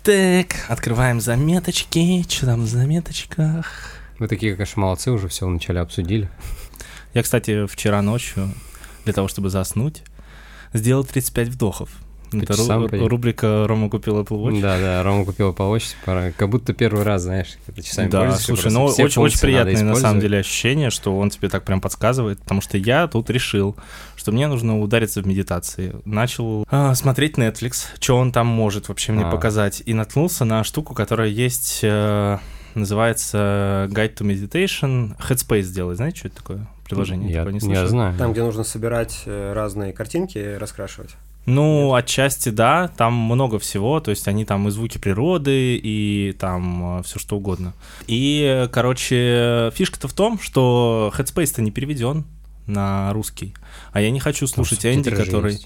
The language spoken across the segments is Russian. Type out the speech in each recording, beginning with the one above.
Так, открываем заметочки. Что там в заметочках? Вы такие, конечно, молодцы, уже все вначале обсудили. Я, кстати, вчера ночью, для того, чтобы заснуть, сделал 35 вдохов. Это рубрика «Рома купил Apple Watch». Да, Рома купил Apple Watch, как будто первый раз, знаешь, это часами пользуешься. Слушай, ну очень приятное на самом деле ощущение, что он тебе так прям подсказывает, потому что я тут решил, что мне нужно удариться в медитации. Начал смотреть Netflix, что он там может вообще мне показать, и наткнулся на штуку, которая есть, называется Guide to Meditation. Headspace делает, знаете, что это такое приложение? Я знаю. Там, где нужно собирать разные картинки и раскрашивать. Ну, отчасти да, там много всего, то есть они там и звуки природы, и там все что угодно. И, короче, фишка-то в том, что Headspace-то не переведен на русский, а я не хочу слушать Энди, который...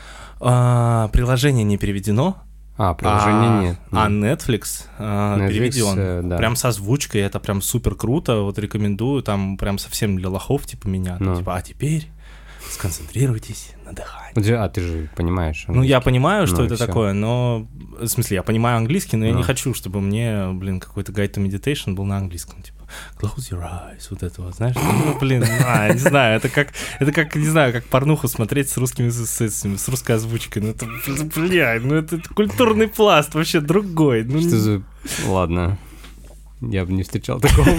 приложение не переведено, приложение нет. А Netflix переведен. Да. Прям со озвучкой, это прям супер круто, вот рекомендую, там прям совсем для лохов типа меня, типа, а теперь... сконцентрируйтесь на дыхании. А ты же понимаешь английский. Ну, я понимаю, что это такое, но... В смысле, я понимаю английский, но я не хочу, чтобы мне, какой-то guide to meditation был на английском. Типа, close your eyes, вот это вот, знаешь? Не знаю, это как, не знаю, как порнуху смотреть с русскими с русской озвучкой. Ну, это культурный пласт вообще другой. Что за... Ладно. Я бы не встречал такого.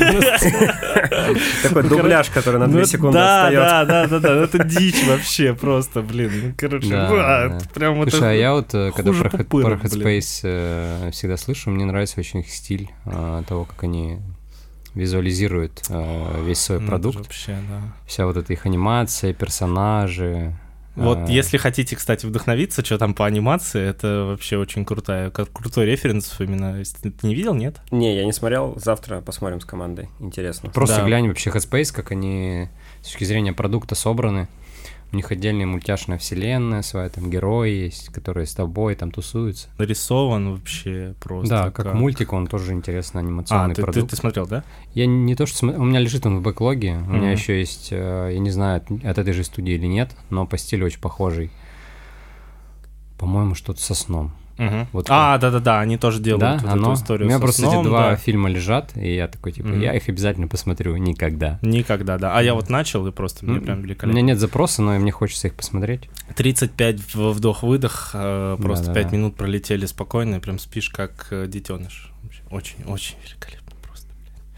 Такой дубляж, который на 2 секунды отстает. Да, это дичь вообще просто, блин. Короче, прям это... Слушай, а я вот, когда про Headspace всегда слышу, мне нравится очень их стиль того, как они визуализируют весь свой продукт. Вообще, да. Вся вот эта их анимация, персонажи. Вот если хотите, кстати, вдохновиться, что там по анимации, это вообще очень крутой референс именно. Ты не видел, нет? Не, я не смотрел, завтра посмотрим с командой, интересно. Просто глянь вообще Headspace, как они с точки зрения продукта собраны. У них отдельная мультяшная вселенная своя, там герои есть, которые с тобой там тусуются. Нарисован вообще просто. Да, как мультик, он тоже интересный анимационный продукт. Ты смотрел, да? Я не то, что смотрел, у меня лежит он в бэклоге, у меня еще есть, я не знаю, от этой же студии или нет, но по стилю очень похожий. По-моему, что-то со сном. Вот да, они тоже делают эту историю. У меня просто эти 2 фильма лежат, и я такой, типа, я их обязательно посмотрю никогда. Никогда, да. А я вот начал, и просто мне прям великолепно. У меня нет запроса, но мне хочется их посмотреть. 35 вдох-выдох, просто 5 минут пролетели спокойно, и прям спишь как детеныш. Очень-очень великолепно просто.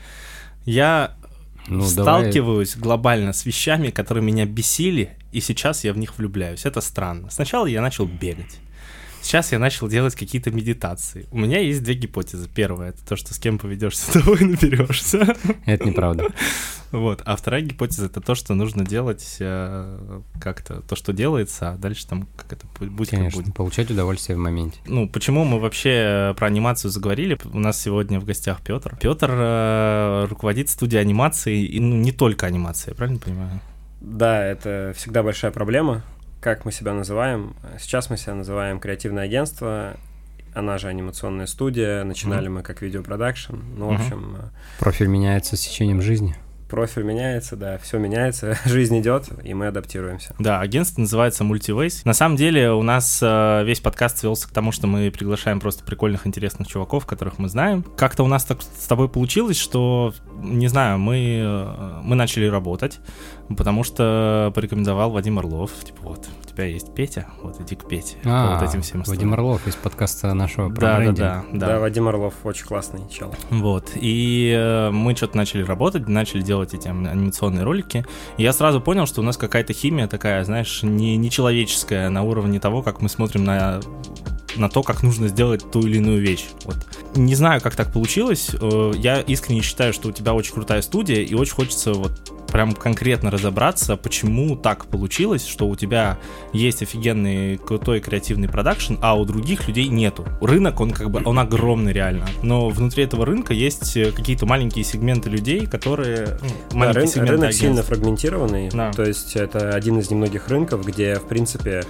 Я сталкиваюсь глобально с вещами, которые меня бесили, и сейчас я в них влюбляюсь. Это странно. Сначала я начал бегать. Сейчас я начал делать какие-то медитации. У меня есть 2 гипотезы. Первая — это то, что с кем поведешься, с того и наберешься. Это неправда. Вот. А вторая гипотеза — это то, что нужно делать как-то то, что делается, а дальше там как это будет. Конечно, получать удовольствие в моменте. Ну, почему мы вообще про анимацию заговорили? У нас сегодня в гостях Петр. Петр руководит студией анимации, и не только анимации, я правильно понимаю? Да, это всегда большая проблема. Как мы себя называем? Сейчас мы себя называем креативное агентство, она же анимационная студия. Начинали мы как видеопродакшн. Ну, в общем... Профиль меняется с течением жизни. Профиль меняется, да, все меняется, жизнь идет, и мы адаптируемся. Да, агентство называется Multiways. На самом деле у нас весь подкаст свелся к тому, что мы приглашаем просто прикольных, интересных чуваков, которых мы знаем. Как-то у нас так с тобой получилось, что, не знаю, мы начали работать, потому что порекомендовал Вадим Орлов. Типа, вот, у тебя есть Петя, вот иди к Пете. Вот этим всем Вадим Орлов из подкаста нашего про брендинг. Да, Вадим Орлов очень классный чел. Вот, и мы что-то начали работать, начали делать эти анимационные ролики, и я сразу понял, что у нас какая-то химия такая, знаешь, нечеловеческая на уровне того, как мы смотрим на то, как нужно сделать ту или иную вещь. Вот. Не знаю, как так получилось. Я искренне считаю, что у тебя очень крутая студия, и очень хочется вот прям конкретно разобраться, почему так получилось, что у тебя есть офигенный, крутой креативный продакшн, а у других людей нету. Рынок, он огромный реально, но внутри этого рынка есть какие-то маленькие сегменты людей, которые... рынок сильно фрагментированный, то есть это один из немногих рынков, где, в принципе,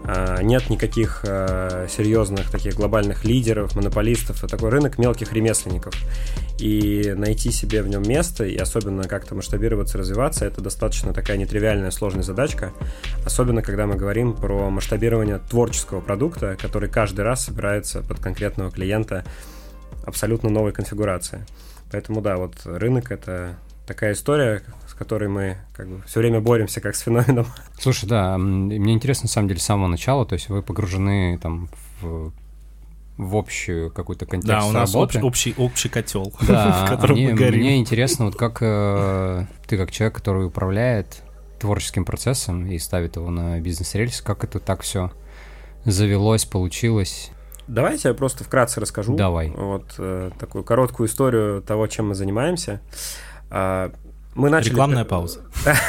Нет никаких серьезных таких глобальных лидеров, монополистов. Это такой рынок мелких ремесленников. И найти себе в нем место, и особенно как-то масштабироваться, развиваться, это достаточно такая нетривиальная, сложная задачка. Особенно, когда мы говорим про масштабирование творческого продукта, который каждый раз собирается под конкретного клиента абсолютно новой конфигурации. Поэтому да, вот рынок — это такая история, с которой мы как бы все время боремся как с феноменом. Слушай, да, мне интересно на самом деле с самого начала, то есть вы погружены там в общую какую-то контекст работы. Да, у нас общий котел, да, в котором мы горим. Мне интересно, вот как ты как человек, который управляет творческим процессом и ставит его на бизнес-рельс, как это так все завелось, получилось? Давайте я просто вкратце расскажу. Давай. Вот такую короткую историю того, чем мы занимаемся. Мы начали... Рекламная пауза.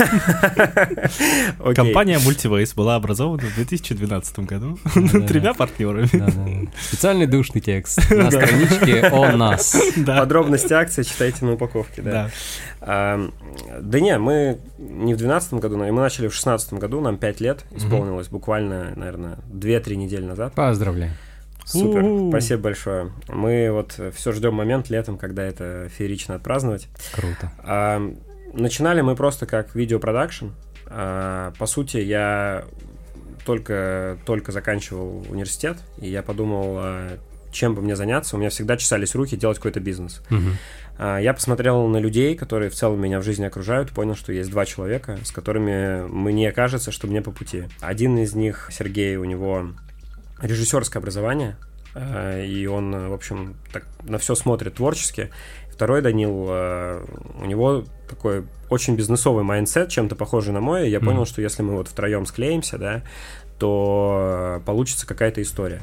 Компания Multiways была образована в 2012 году 3 партнерами. Spециальный душный текст на страничке о нас. Подробности акции читайте на упаковке. Да не, мы не в 2012 году, мы начали в 2016 году, нам 5 лет исполнилось буквально, наверное, 2-3 недели назад. Поздравляю. Супер, спасибо большое. Мы вот все ждем момент летом, когда это феерично отпраздновать. Круто. Начинали мы просто как видеопродакшн. По сути, я только заканчивал университет, и я подумал, чем бы мне заняться. У меня всегда чесались руки делать какой-то бизнес. Я посмотрел на людей, которые в целом меня в жизни окружают, понял, что есть 2 человека, с которыми мне кажется, что мне по пути. Один из них, Сергей, у него режиссерское образование, и он, в общем, так на все смотрит творчески. Второй, Данил, у него такой очень бизнесовый майндсет, чем-то похожий на мой. Я понял, что если мы вот втроем склеимся, да, то получится какая-то история.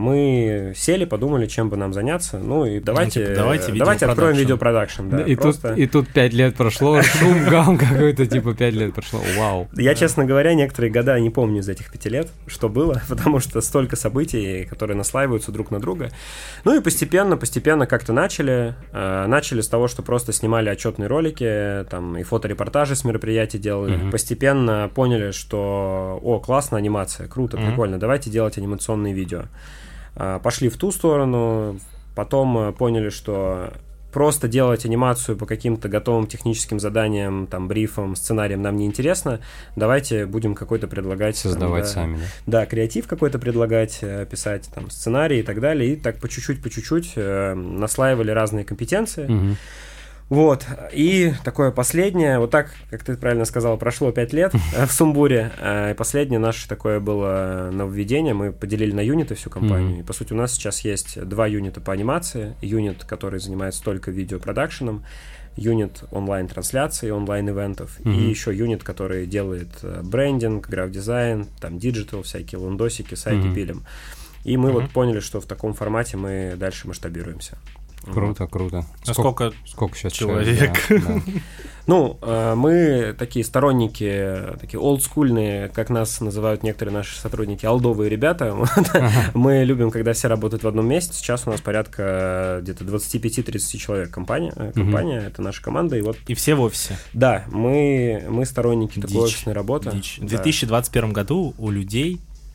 Мы сели, подумали, чем бы нам заняться. Ну и давайте откроем видеопродакшн. Да, и тут 5 лет прошло, шум-гам какой-то, типа 5 лет прошло. Вау. Я, честно говоря, некоторые года не помню из этих 5 лет, что было, потому что столько событий, которые наслаиваются друг на друга. Ну и постепенно как-то начали. Начали с того, что просто снимали отчетные ролики, там и фоторепортажи с мероприятий делали. Постепенно поняли, что, классно, анимация, круто, прикольно, давайте делать анимационные видео. Пошли в ту сторону, потом поняли, что просто делать анимацию по каким-то готовым техническим заданиям, там, брифам, сценариям нам не интересно, давайте будем какой-то предлагать... Создавать сами, да? Да, креатив какой-то предлагать, писать там сценарий и так далее, и так по чуть-чуть наслаивали разные компетенции. Вот, и такое последнее, вот так, как ты правильно сказал, прошло 5 лет в сумбуре, и последнее наше такое было нововведение, мы поделили на юниты всю компанию, и по сути у нас сейчас есть 2 юнита по анимации, юнит, который занимается только видеопродакшеном, юнит онлайн-трансляции, онлайн-ивентов, и еще юнит, который делает брендинг, граф-дизайн, там, диджитал, всякие лондосики, сайты пилим. И мы вот поняли, что в таком формате мы дальше масштабируемся. Круто. Сколько сейчас человек? Да. Ну, мы такие сторонники, такие олдскульные, как нас называют некоторые наши сотрудники, олдовые ребята. Мы любим, когда все работают в одном месте. Сейчас у нас порядка где-то 25-30 человек компания, это наша команда. И все в офисе. Да, мы сторонники такой офисной работы. В 2021 году у людей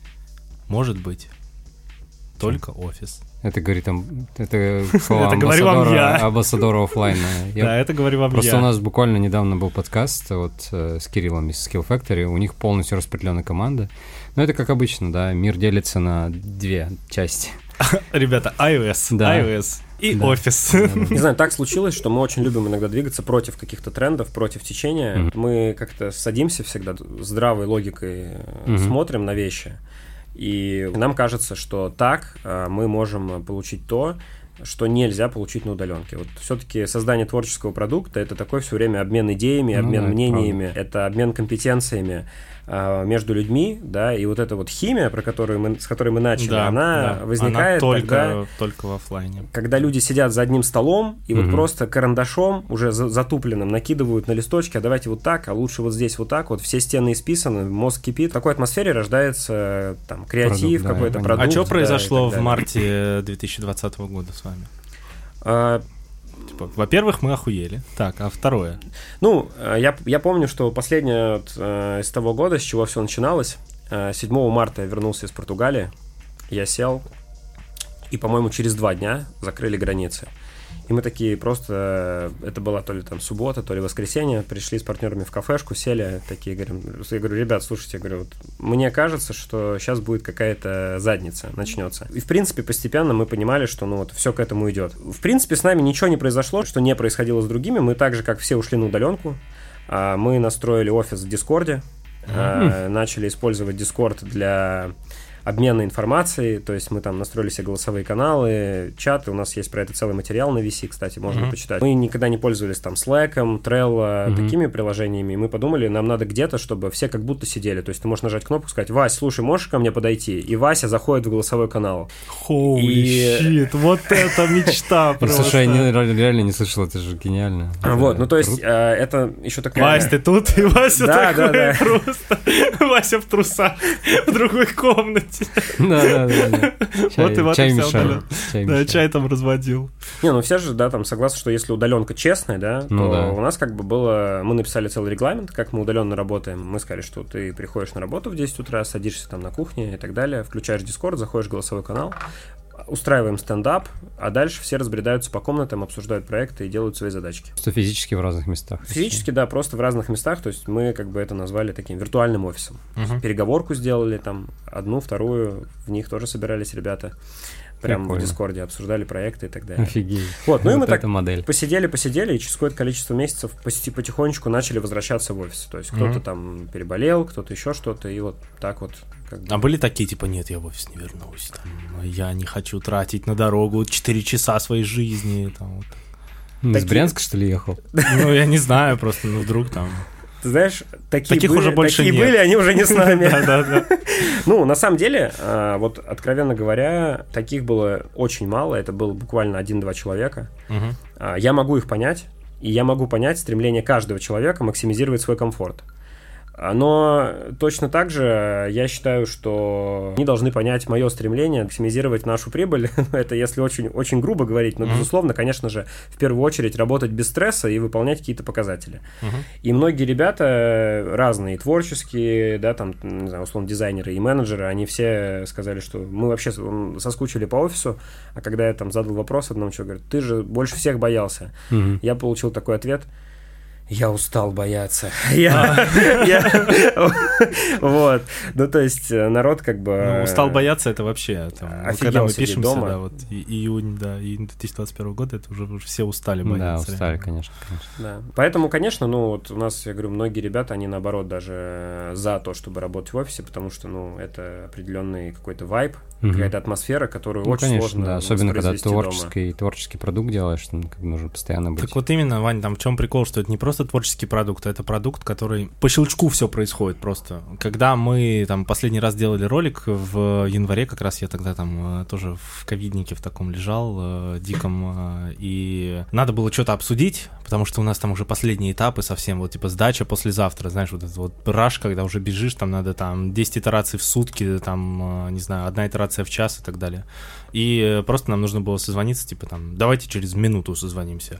может быть только офис. Это говорит это слова амбассадора оффлайна. Да, это говорю вам я. Просто у нас буквально недавно был подкаст с Кириллом из Skill Factory, у них полностью распределенная команда. Но это как обычно, да, мир делится на 2 части. Ребята, iOS и офис. Не знаю, так случилось, что мы очень любим иногда двигаться против каких-то трендов, против течения. Мы как-то садимся всегда здравой логикой, смотрим на вещи. И нам кажется, что так мы можем получить то, что нельзя получить на удаленке. Вот все-таки создание творческого продукта — это такой все время обмен идеями, обмен мнениями, это обмен компетенциями между людьми, да, и вот эта вот химия, с которой мы начали, она возникает только в офлайне. Когда люди сидят за одним столом и вот просто карандашом, уже затупленным, накидывают на листочки, а давайте вот так, а лучше вот здесь вот так, вот все стены исписаны, мозг кипит. В такой атмосфере рождается там креатив, какой-то продукт. А что произошло в марте 2020 года с вами? Во-первых, мы охуели. Так, а второе? Ну, я помню, что последнее из того года, с чего все начиналось, 7 марта я вернулся из Португалии, я сел, и, по-моему, через 2 дня закрыли границы. И мы такие просто, это была то ли там суббота, то ли воскресенье, пришли с партнерами в кафешку, сели, такие говорим, я говорю, ребят, слушайте, я говорю, вот, мне кажется, что сейчас будет какая-то задница, начнется. И, в принципе, постепенно мы понимали, что, ну, вот, все к этому идет. В принципе, с нами ничего не произошло, что не происходило с другими, мы так же, как все, ушли на удаленку, мы настроили офис в Дискорде, начали использовать Discord для обмена информацией, то есть мы там настроили себе голосовые каналы, чаты, у нас есть про это целый материал на VC, кстати, можно почитать. Мы никогда не пользовались там Slack'ом, Trello, такими приложениями, и мы подумали, нам надо где-то, чтобы все как будто сидели, то есть ты можешь нажать кнопку, сказать, Вась, слушай, можешь ко мне подойти? И Вася заходит в голосовой канал. Holy shit, вот это мечта просто. Слушай, я реально не слышал, это же гениально. Вот, ну то есть это еще такая... Вась, ты тут? И Вася такой да. просто. Вася в трусах в другой комнате. Да. Вот и вот чай и мешал. Да, чай там разводил. Не, ну все же, да, там согласны, что если удаленка честная, да, то у нас как бы было... Мы написали целый регламент, как мы удаленно работаем. Мы сказали, что ты приходишь на работу в 10 утра, садишься там на кухне и так далее, включаешь Discord, заходишь в голосовой канал, устраиваем стендап, а дальше все разбредаются по комнатам, обсуждают проекты и делают свои задачки. Что физически в разных местах? Физически, да, просто в разных местах, то есть мы как бы это назвали таким виртуальным офисом. Переговорку сделали там, 1, 2, в них тоже собирались ребята. Прямо в Дискорде обсуждали проекты и так далее. Офигеть. Вот, ну и мы так модель. посидели, и через какое-то количество месяцев потихонечку начали возвращаться в офис. То есть кто-то там переболел, кто-то еще что-то, и вот так вот. Как бы. А были такие, типа, нет, я в офис не вернусь, там, я не хочу тратить на дорогу 4 часа своей жизни, там, вот. Из Брянска, что ли, ехал? Ну, я не знаю, просто, ну, вдруг там... Ты знаешь, таких уже больше нет. были, они уже не с нами. Да. Ну, на самом деле, вот, откровенно говоря, таких было очень мало, это было буквально 1-2 человека. Я могу их понять, и я могу понять стремление каждого человека максимизировать свой комфорт. Но точно так же я считаю, что они должны понять мое стремление максимизировать нашу прибыль. Это если очень, очень грубо говорить, но, безусловно, конечно же, в первую очередь работать без стресса и выполнять какие-то показатели. И многие ребята разные, творческие, да, там, не знаю, условно, дизайнеры и менеджеры, они все сказали, что мы вообще соскучили по офису, а когда я там задал вопрос одному человеку, говорю, ты же больше всех боялся. Я получил такой ответ: я устал бояться. Вот. Ну, то есть, народ как бы... Устал бояться, это вообще... Когда мы пишемся, дома. да, вот июнь 2021 года, это уже все устали бояться. Да, устали, конечно. Да. Поэтому, конечно, ну, вот у нас, я говорю, многие ребята, они, наоборот, даже за то, чтобы работать в офисе, потому что, ну, это определенный какой-то вайб, какая-то атмосфера, которую очень сложно да, особенно когда дома. творческий продукт делаешь, там нужно постоянно быть. Так вот именно, Вань, там в чем прикол, что это не просто творческий продукт, а это продукт, который по щелчку все происходит просто. Когда мы там последний раз делали ролик в январе, как раз я тогда там тоже в ковиднике в таком лежал диком, и надо было что-то обсудить, потому что у нас там уже последние этапы совсем, вот типа сдача послезавтра, знаешь, вот этот вот раш, когда уже бежишь, там надо там 10 итераций в сутки, там, не знаю, 1 итерация в час и так далее. И просто нам нужно было созвониться, типа там, давайте через минуту созвонимся.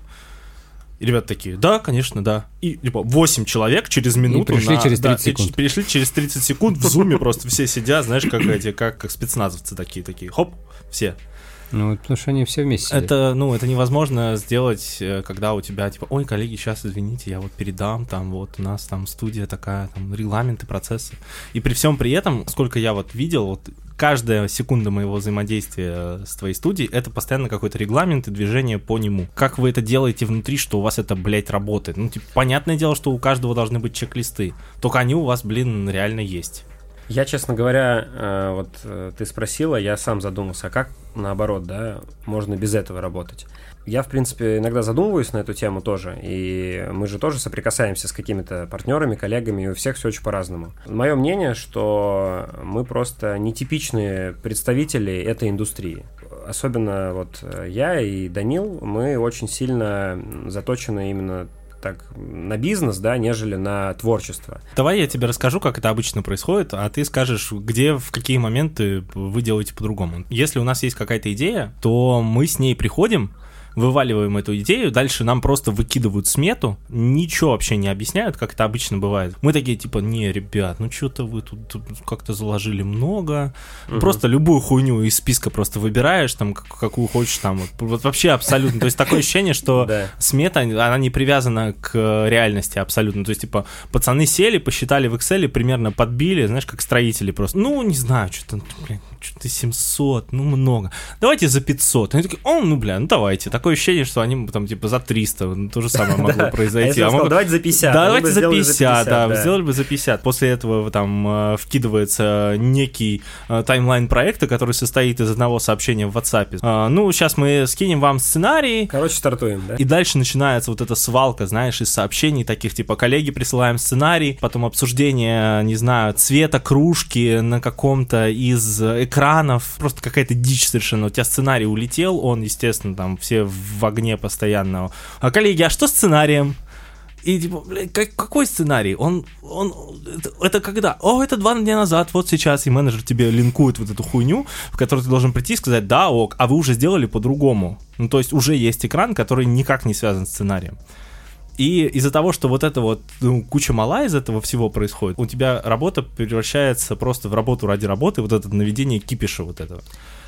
И ребята такие, да, конечно, да. И типа 8 человек через минуту. И пришли через 30 секунд. Пришли через 30 секунд в зуме, просто все сидят, знаешь, как спецназовцы такие, хоп, все. Ну, потому что они все вместе сидят. Это невозможно сделать, когда у тебя, типа, ой, коллеги, сейчас, извините, я вот передам, там, вот у нас там студия такая, там, регламенты, процессы. И при всем при этом, сколько я вот видел, вот каждая секунда моего взаимодействия с твоей студией, это постоянно какой-то регламент и движение по нему. Как вы это делаете внутри, что у вас это, блядь, работает? Ну, типа, понятное дело, что у каждого должны быть чек-листы, только они у вас, блин, реально есть. Я, честно говоря, вот ты спросила, я сам задумался, а как, наоборот, да, можно без этого работать? Я, в принципе, иногда задумываюсь на эту тему тоже, и мы же тоже соприкасаемся с какими-то партнерами, коллегами, и у всех все очень по-разному. Мое мнение, что мы просто нетипичные представители этой индустрии. Особенно вот я и Данил, мы очень сильно заточены именно так на бизнес, да, нежели на творчество. Давай я тебе расскажу, как это обычно происходит, а ты скажешь, где, в какие моменты вы делаете по-другому. Если у нас есть какая-то идея, то мы с ней приходим вываливаем эту идею, дальше нам просто выкидывают смету, ничего вообще не объясняют, как это обычно бывает. Мы такие, типа, не, ребят, ну что-то вы тут как-то заложили много. Просто любую хуйню из списка просто выбираешь, там, какую хочешь, там, вот вообще абсолютно. То есть такое ощущение, что смета, она не привязана к реальности абсолютно. То есть, типа, пацаны сели, посчитали в Excel, примерно подбили, знаешь, как строители просто. Ну, не знаю, что-то 700, ну, много. Давайте за 500. Они такие, ну, давайте. Такое ощущение, что они там, типа, за 300. То же самое могло произойти. Давайте за 50. Да, давайте за 50, да, сделали бы за 50. После этого там вкидывается некий таймлайн проекта, который состоит из одного сообщения в WhatsApp. Ну, сейчас мы скинем вам сценарий. Короче, стартуем, да? И дальше начинается вот эта свалка, знаешь, из сообщений таких, типа, коллеги, присылаем сценарий, потом обсуждение, не знаю, цвета кружки на каком-то из экранов, просто какая-то дичь совершенно. У тебя сценарий улетел, он, естественно, там все в огне постоянно. А коллеги, а что с сценарием? И типа, блядь, какой сценарий? Это когда? Это 2 дня назад, вот сейчас, и менеджер тебе линкует вот эту хуйню, в которую ты должен прийти и сказать, да, ок, а вы уже сделали по-другому. Ну, то есть уже есть экран, который никак не связан с сценарием. И из-за того, что вот это вот куча мала из этого всего происходит, у тебя работа превращается просто в работу ради работы, вот это наведение кипиша вот этого.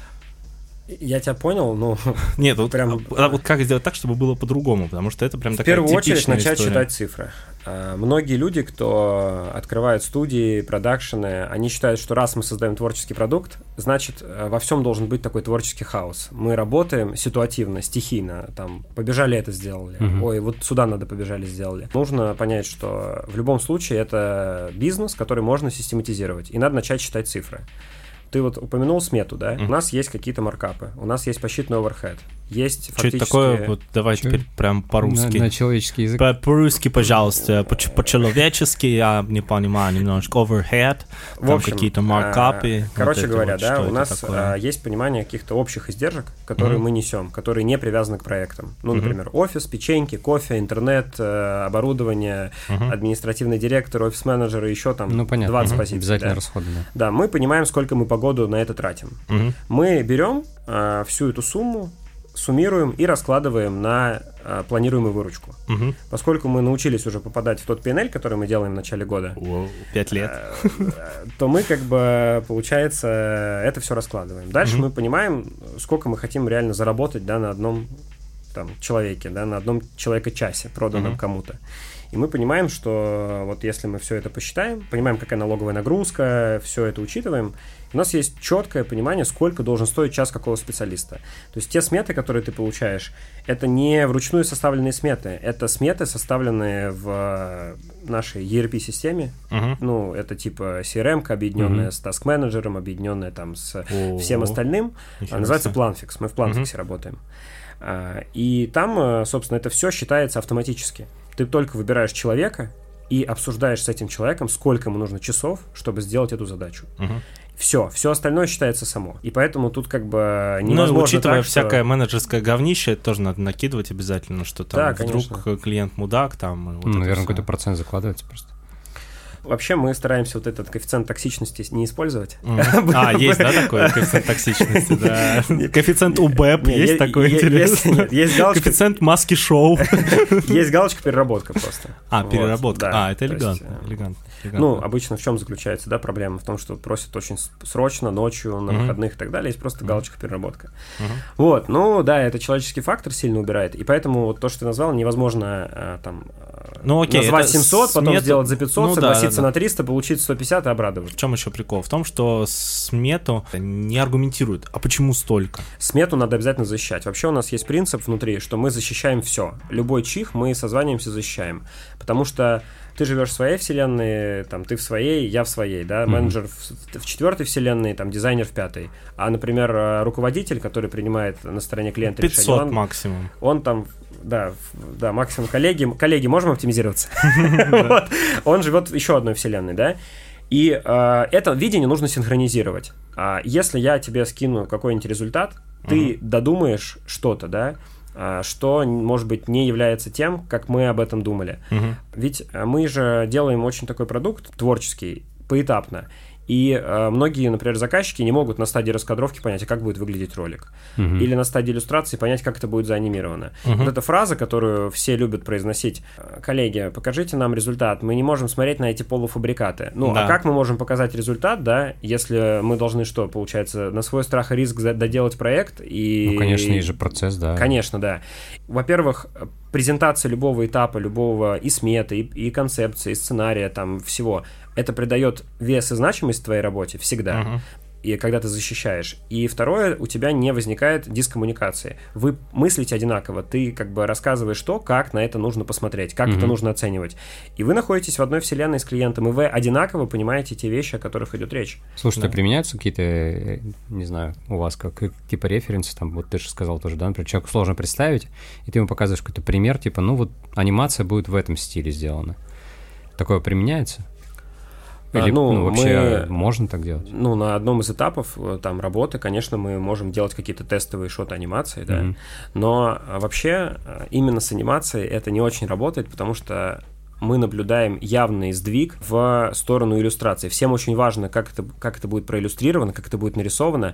Я тебя понял, но... Нет, вот, прям... вот как сделать так, чтобы было по-другому, потому что это прям такая типичная история. В первую очередь начать читать цифры. Многие люди, кто открывает студии, продакшены, они считают, что раз мы создаем творческий продукт, значит, во всем должен быть такой творческий хаос. Мы работаем ситуативно, стихийно, там, побежали это сделали, ой, вот сюда надо побежали сделали. Нужно понять, что в любом случае это бизнес, который можно систематизировать, и надо начать считать цифры. Ты вот упомянул смету, да? У нас есть какие-то маркапы, у нас есть посчитанный оверхед, есть фактически... Что это такое? Вот давай теперь прям по-русски. На человеческий язык. По-русски, пожалуйста, по-человечески, я не понимаю немножко. Оверхед, там какие-то маркапы. Короче говоря, вот, да, у нас есть понимание каких-то общих издержек, которые мы несем, которые не привязаны к проектам. Ну, например, офис, печеньки, кофе, интернет, оборудование, административный директор, офис-менеджер и еще там 20 позиций. Обязательно расходы, да. Да, мы понимаем, сколько мы по году на это тратим. Мы берем всю эту сумму, суммируем и раскладываем на планируемую выручку. Поскольку мы научились уже попадать в тот P&L, который мы делаем в начале года, 5 лет, то мы как бы, получается, это все раскладываем. Дальше мы понимаем, сколько мы хотим реально заработать, да, на одном там человеке, да, на одном человека-часе, проданном кому-то. И мы понимаем, что вот если мы все это посчитаем, понимаем, какая налоговая нагрузка, все это учитываем, у нас есть четкое понимание, сколько должен стоить час какого специалиста. То есть те сметы, которые ты получаешь, это не вручную составленные сметы, это сметы, составленные в нашей ERP-системе. Ну, это типа CRM-ка, объединенная с task-менеджером, объединенная там с всем остальным. Называется Planfix. Мы в Planfix работаем. И там, собственно, это все считается автоматически. Ты только выбираешь человека и обсуждаешь с этим человеком, сколько ему нужно часов, чтобы сделать эту задачу. Все остальное считается само. И поэтому тут как бы невозможно. Ну, учитывая так, всякое менеджерское говнище, это тоже надо накидывать обязательно, что там да, вдруг конечно. Клиент мудак, там... Вот наверное, какой-то процент закладывается просто. Вообще мы стараемся вот этот коэффициент токсичности не использовать. Есть, да, такой коэффициент токсичности, да. Коэффициент УБЭП есть такой интересный. Есть галочка. Коэффициент маски-шоу. Есть галочка переработка просто. Переработка. Это элегантно. Ну, обычно в чем заключается, да, проблема? В том, что просят очень срочно, ночью, на выходных и так далее. Есть просто галочка переработка. Вот, ну, да, это человеческий фактор сильно убирает. И поэтому вот то, что ты назвал, невозможно там назвать 700, потом сделать за 500, согласиться на 300, получить 150 и обрадоваться. В чем еще прикол? В том, что смету не аргументируют. А почему столько? Смету надо обязательно защищать. Вообще у нас есть принцип внутри, что мы защищаем все. Любой чих мы созваниваемся, защищаем. Потому что ты живешь в своей вселенной, там, ты в своей, я в своей, да, менеджер в четвертой вселенной, там, дизайнер в пятой. А, например, руководитель, который принимает на стороне клиента 500 решение, максимум. Он там, да, максимум коллеги, можем оптимизироваться? Он живет в еще одной вселенной, да? И это видение нужно синхронизировать. Если я тебе скину какой-нибудь результат, ты додумаешь что-то, да, что, может быть, не является тем, как мы об этом думали. Ведь мы же делаем очень такой продукт творческий, поэтапно. И многие, например, заказчики не могут на стадии раскадровки понять, а как будет выглядеть ролик. Или на стадии иллюстрации понять, как это будет заанимировано. Вот эта фраза, которую все любят произносить: коллеги, покажите нам результат, мы не можем смотреть на эти полуфабрикаты. Ну, а как мы можем показать результат, да, если мы должны что, получается, на свой страх и риск доделать проект? И... Ну, конечно, есть же процесс, да. Конечно, да. Во-первых, презентация любого этапа, любого и сметы, и концепции, и сценария, там, всего, это придает вес и значимость твоей работе всегда. И когда ты защищаешь. И второе, у тебя не возникает дискоммуникации. Вы мыслите одинаково. Ты как бы рассказываешь то, как на это нужно посмотреть, как это нужно оценивать. И вы находитесь в одной вселенной с клиентом, и вы одинаково понимаете те вещи, о которых идет речь. Слушайте, применяются какие-то, не знаю, у вас как типа референсы, там, вот ты же сказал тоже, да, например, человеку сложно представить, и ты ему показываешь какой-то пример, типа, ну вот анимация будет в этом стиле сделана. Такое применяется? Или, вообще можно так делать? Ну, на одном из этапов там работы, конечно, мы можем делать какие-то тестовые шоты анимации, да, но вообще именно с анимацией это не очень работает, потому что мы наблюдаем явный сдвиг в сторону иллюстрации. Всем очень важно, как это будет проиллюстрировано, как это будет нарисовано,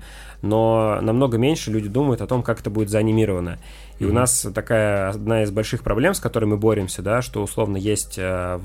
но намного меньше люди думают о том, как это будет заанимировано. И у нас такая одна из больших проблем, с которой мы боремся, да, что условно есть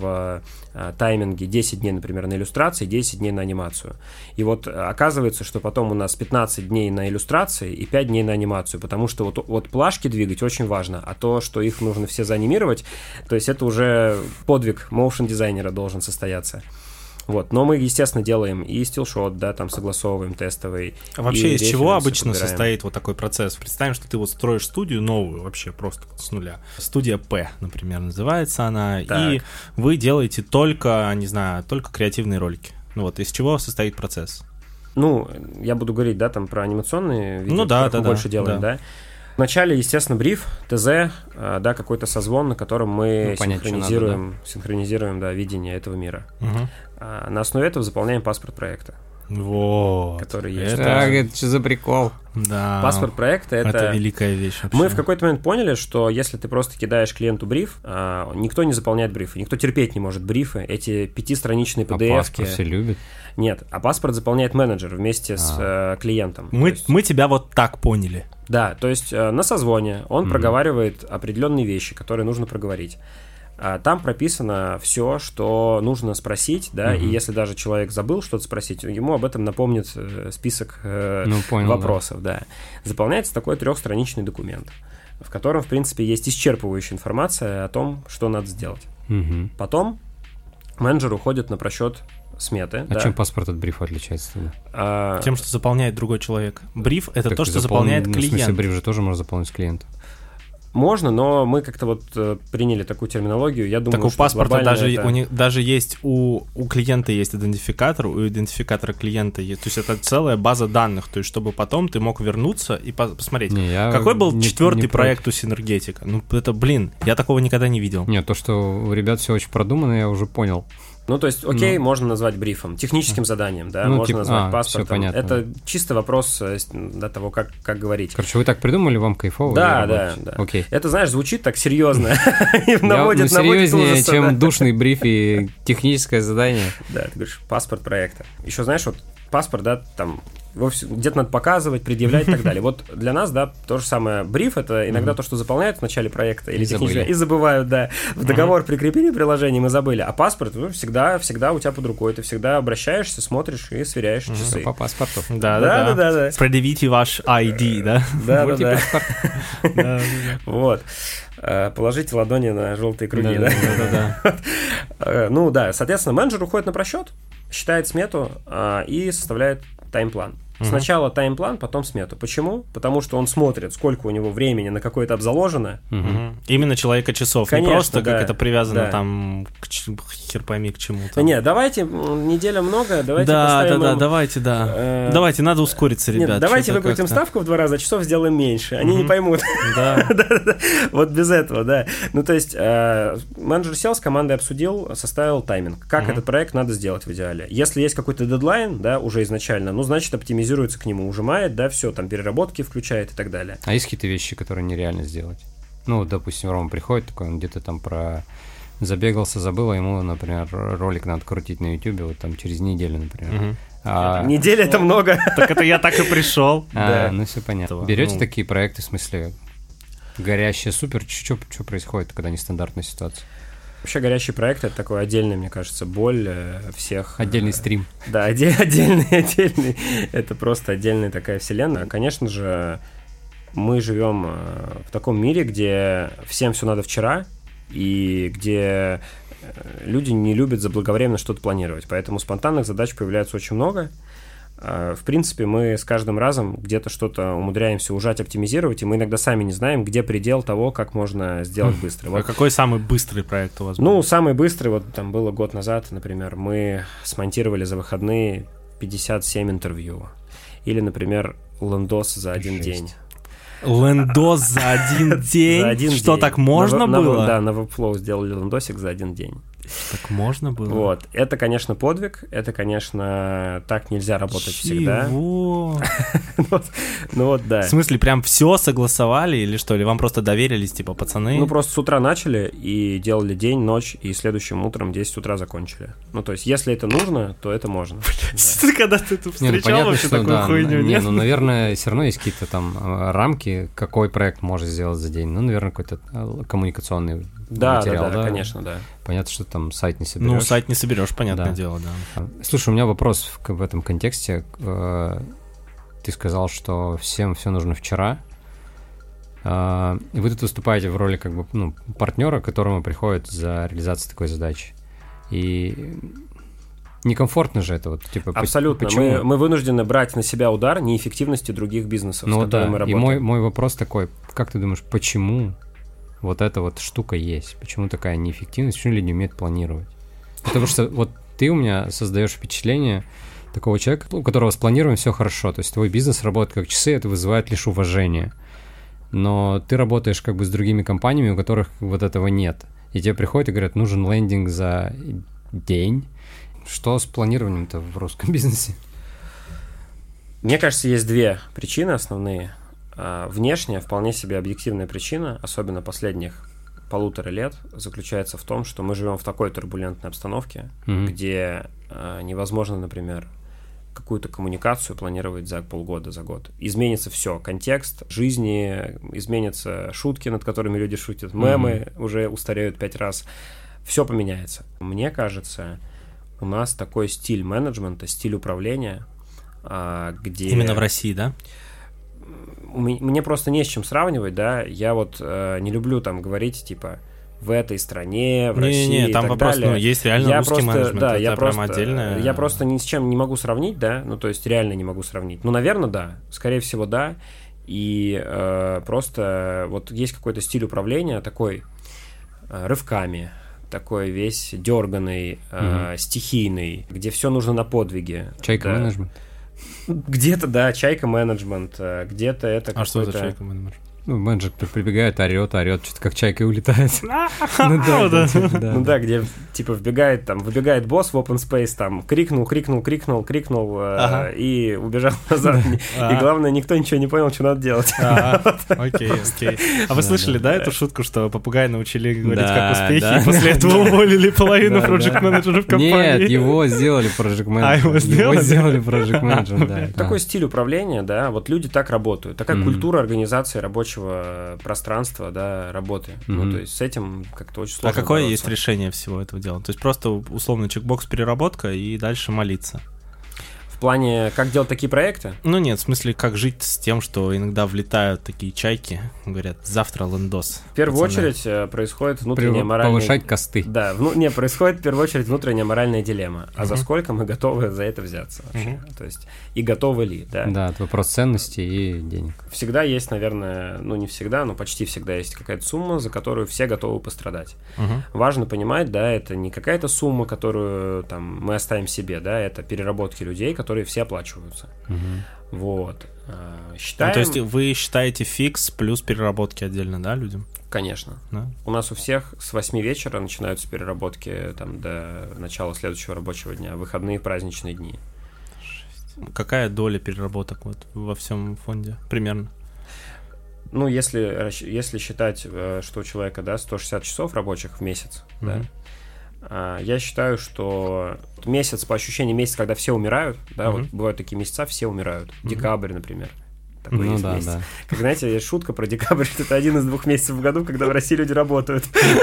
в тайминге 10 дней, например, на иллюстрации, 10 дней на анимацию. И вот оказывается, что потом у нас 15 дней на иллюстрации и 5 дней на анимацию, потому что вот плашки двигать очень важно, а то, что их нужно все заанимировать, то есть это уже подвиг моушн-дизайнера должен состояться. Вот, но мы, естественно, делаем и стилшот, да, там согласовываем тестовый. А вообще из чего обычно состоит вот такой процесс? Представим, что ты вот строишь студию новую, вообще просто с нуля. Студия П, например, называется она, так. И вы делаете только, не знаю, только креативные ролики. Ну вот, из чего состоит процесс? Ну, я буду говорить, да, там про анимационные видео, мы больше делаем, да. Вначале, естественно, бриф, ТЗ, да, какой-то созвон, на котором мы синхронизируем, да, видение этого мира. На основе этого заполняем паспорт проекта. Вот. Который есть. Это что за прикол? Да. Паспорт проекта — это великая вещь вообще. Мы в какой-то момент поняли, что если ты просто кидаешь клиенту бриф, никто не заполняет брифы, никто терпеть не может брифы, эти 5-страничные PDF-ки. А паспорт все любят? Нет, а паспорт заполняет менеджер вместе с клиентом. Мы тебя вот так поняли. Да, то есть на созвоне он проговаривает определенные вещи, которые нужно проговорить. Там прописано все, что нужно спросить, да, и если даже человек забыл что-то спросить, ему об этом напомнит список вопросов, да. Заполняется такой 3-страничный документ, в котором, в принципе, есть исчерпывающая информация о том, что надо сделать. Потом менеджер уходит на просчет сметы. А чем паспорт от брифа отличается тогда? Тем, что заполняет другой человек. Бриф — это то, что заполняет клиент. В смысле, бриф же тоже можно заполнить клиент. Можно, но мы как-то вот приняли такую терминологию. Я думаю, так у паспорта даже, это... у них даже есть у клиента есть идентификатор, у идентификатора клиента есть. То есть это целая база данных. То есть чтобы потом ты мог вернуться и посмотреть, какой был 4-й проект у Синергетика. Ну это, я такого никогда не видел. Нет, то, что у ребят все очень продумано, я уже понял. Ну, то есть, окей, можно назвать брифом, техническим заданием, да, можно назвать паспортом. Это чисто вопрос до того, как говорить. Короче, вы так придумали, вам кайфово? Да. Окей. Это, знаешь, звучит так серьезно. Серьезнее, чем душный бриф и техническое задание. Да, ты говоришь, паспорт проекта. Еще, знаешь, вот паспорт, да, там... где-то надо показывать, предъявлять и так далее. Вот для нас, да, то же самое. Бриф — это иногда то, что заполняют в начале проекта или технически, и забывают, да. В договор прикрепили приложение, мы забыли. А паспорт, всегда у тебя под рукой. Ты всегда обращаешься, смотришь и сверяешь часы. По паспорту. Да. Предъявите ваш ID, да? Да. Вот. Положите ладони на желтые круги, да? Ну да, соответственно, менеджер уходит на просчет, считает смету и составляет тайм-план. Сначала тайм-план, потом смету. Почему? Потому что он смотрит, сколько у него времени на какой этап заложено. Именно человека часов. Конечно, не просто как это привязано там хер пойми к чему-то. Нет, давайте, неделя много, давайте поставим... Давайте, давайте, надо ускориться, ребят. Нет, давайте выкрутим ставку в 2 раза, часов сделаем меньше. Они не поймут. Да. Вот без этого, да. Ну, то есть, менеджер сел, с командой обсудил, составил тайминг. Как этот проект надо сделать в идеале. Если есть какой-то дедлайн, да, уже изначально, ну, значит, оптимизируется к нему, ужимает, да, все, там, переработки включает и так далее. А есть какие-то вещи, которые нереально сделать? Ну, допустим, Рома приходит такой, он где-то там забегался, забыл, а ему, например, ролик надо крутить на YouTube, вот там через неделю, например. Неделя — это много. Так это я так и пришел. Ну все понятно. Берете такие проекты, в смысле, горящая супер, что происходит, когда нестандартная ситуация? Вообще горящий проект — это такой отдельный, мне кажется, боль всех. Отдельный стрим. Да, отдельный. Это просто отдельная такая вселенная. Конечно же, мы живем в таком мире, где всем все надо вчера, и где люди не любят заблаговременно что-то планировать. Поэтому спонтанных задач появляется очень много. В принципе, мы с каждым разом где-то что-то умудряемся ужать, оптимизировать, и мы иногда сами не знаем, где предел того, как можно сделать быстро. А какой самый быстрый проект у вас был? Ну, самый быстрый, вот там было год назад, например, мы смонтировали за выходные 57 интервью. Или, например, лендос за один день. Лендос за один день? За один Что, день. так можно было? Да, на Webflow сделали лендосик за один день. Так можно было? Вот. Это, конечно, подвиг. Это, конечно, так нельзя работать всегда. Чего? Ну вот, да. В смысле, прям все согласовали или что? Или вам просто доверились, типа, пацаны? Ну, просто с утра начали и делали день, ночь, и следующим утром 10 утра закончили. Ну, то есть, если это нужно, то это можно. Когда ты тут встречал вообще такую хуйню, нет? Ну, наверное, все равно есть какие-то там рамки, какой проект можно сделать за день. Ну, наверное, какой-то коммуникационный материал, да? Конечно, да. Понятно, что там сайт не соберешь. Ну, сайт не соберешь, понятное дело, да. Слушай, у меня вопрос в этом контексте. Ты сказал, что всем все нужно вчера. И вы тут выступаете в роли как бы, ну, партнера, к которому приходит за реализацию такой задачи. И некомфортно же это вот, типа. Абсолютно. Почему? Мы вынуждены брать на себя удар неэффективности других бизнесов, с которыми мы работаем. И мой вопрос такой: как ты думаешь, почему вот эта вот штука есть? Почему такая неэффективность? Почему люди не умеют планировать? Потому что вот ты у меня создаешь впечатление такого человека, у которого с планированием все хорошо. То есть твой бизнес работает как часы, это вызывает лишь уважение. Но ты работаешь как бы с другими компаниями, у которых вот этого нет. И тебе приходят и говорят, нужен лендинг за день. Что с планированием-то в русском бизнесе? Мне кажется, есть две причины основные. Внешняя, вполне себе объективная причина, особенно последних 1,5 лет, заключается в том, что мы живем в такой турбулентной обстановке, где невозможно, например, какую-то коммуникацию планировать за полгода, за год. Изменится все, контекст жизни, изменятся шутки, над которыми люди шутят, мемы уже устареют 5 раз, все поменяется. Мне кажется, у нас такой стиль менеджмента, стиль управления, где... Именно в России, да? Мне просто не с чем сравнивать, да, я вот не люблю там говорить, типа, в этой стране, в России и там так вопрос, далее. Ну, есть реально русский менеджмент, да, это прям отдельное... Я просто ни с чем не могу сравнить, да, ну, то есть реально не могу сравнить. Ну, наверное, да, скорее всего, да, и просто вот есть какой-то стиль управления такой рывками, такой весь дерганый, стихийный, где все нужно на подвиге. Чайка-менеджмент. Где-то, да, чайка-менеджмент, где-то это какой-то... А что за чайка-менеджмент? Ну, менеджер прибегает, орет, что-то как чайка и улетает. Ну да, где, типа, выбегает босс в open space, там, крикнул, и убежал назад. И главное, никто ничего не понял, что надо делать. Окей. А вы слышали, да, эту шутку, что попугай научили говорить, как успехи, и после этого уволили половину проект-менеджеров компании? Нет, его сделали проект-менеджером. Его сделали проект-менеджером, да. Такой стиль управления, да, вот люди так работают. Такая культура организации рабочего пространства, да, работы. Ну, то есть с этим как-то очень сложно. А какое есть решение всего этого дела? То есть просто условно чекбокс переработка и дальше молиться? В плане, как делать такие проекты? Ну нет, в смысле, как жить с тем, что иногда влетают такие чайки, говорят, завтра лендос. В первую очередь происходит внутренняя моральная... Повышать косты. Да, происходит в первую очередь внутренняя моральная дилемма. А за сколько мы готовы за это взяться вообще? То есть, и готовы ли, да? Да, это вопрос ценности и денег. Всегда есть, наверное, ну не всегда, но почти всегда есть какая-то сумма, за которую все готовы пострадать. Важно понимать, да, это не какая-то сумма, которую там мы оставим себе, да, это переработки людей, которые все оплачиваются. Вот. Считаем... Ну, то есть вы считаете фикс плюс переработки отдельно, да, людям? Конечно. Да? У нас у всех с 8 вечера начинаются переработки там, до начала следующего рабочего дня, выходные, праздничные дни. Какая доля переработок вот во всем фонде примерно? Ну, если считать, что у человека, да, 160 часов рабочих в месяц, да, Я считаю, что месяц, по ощущениям, месяц, когда все умирают, да, вот бывают такие месяца, все умирают. Декабрь, например. Такой есть месяц. Да. Как, знаете, есть шутка про декабрь, что это 1 из 2 месяцев в году, когда в России люди работают.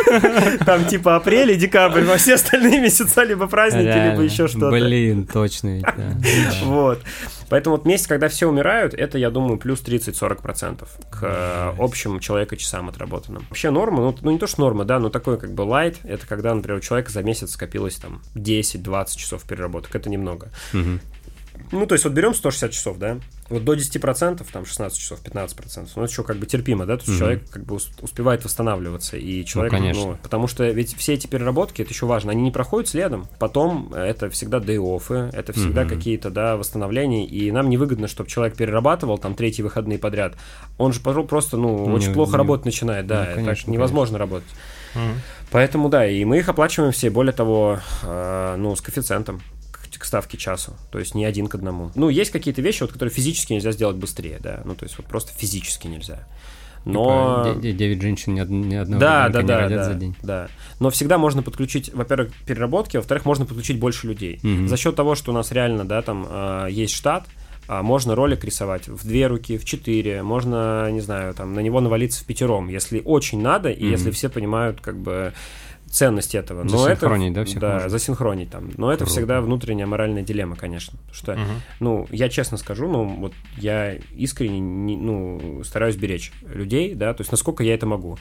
Там типа апрель и декабрь, во все остальные месяца либо праздники, либо еще что-то. Блин, точно ведь, да. Вот. Поэтому вот месяц, когда все умирают, это, я думаю, плюс 30-40% к общим человека-часам отработанным. Вообще норма, ну не то что норма, да, но такой как бы лайт, это когда, например, у человека за месяц скопилось там 10-20 часов переработок, это немного. Ну, то есть вот берем 160 часов, да, вот до 10%, там 16 часов, 15%, ну, это еще как бы терпимо, да, то есть человек как бы успевает восстанавливаться, и человек, ну, потому что ведь все эти переработки, это еще важно, они не проходят следом, потом это всегда day-off'ы, это всегда какие-то, да, восстановления, и нам невыгодно, чтобы человек перерабатывал там 3-й выходные подряд, он же просто, ну, очень плохо работать начинает, да, ну, конечно, так невозможно работать. Поэтому, да, и мы их оплачиваем все, более того, ну, с коэффициентом к ставке часу, то есть не 1 к 1. Ну, есть какие-то вещи, вот, которые физически нельзя сделать быстрее, да, ну, то есть вот просто физически нельзя. Но... 9 женщин ни одного ребенка не родят за день. Да, но всегда можно подключить, во-первых, переработки, во-вторых, можно подключить больше людей. За счет того, что у нас реально, да, там есть штат, можно ролик рисовать в 2 руки, в 4, можно, не знаю, там на него навалиться в 5, если очень надо, и если все понимают, как бы, ценность этого. Но засинхронить, это, да, всех да, можно? Засинхронить там. Но это всегда внутренняя моральная дилемма, конечно. Потому что, ну, я честно скажу, ну, вот я искренне, ну, стараюсь беречь людей, да, то есть насколько я это могу.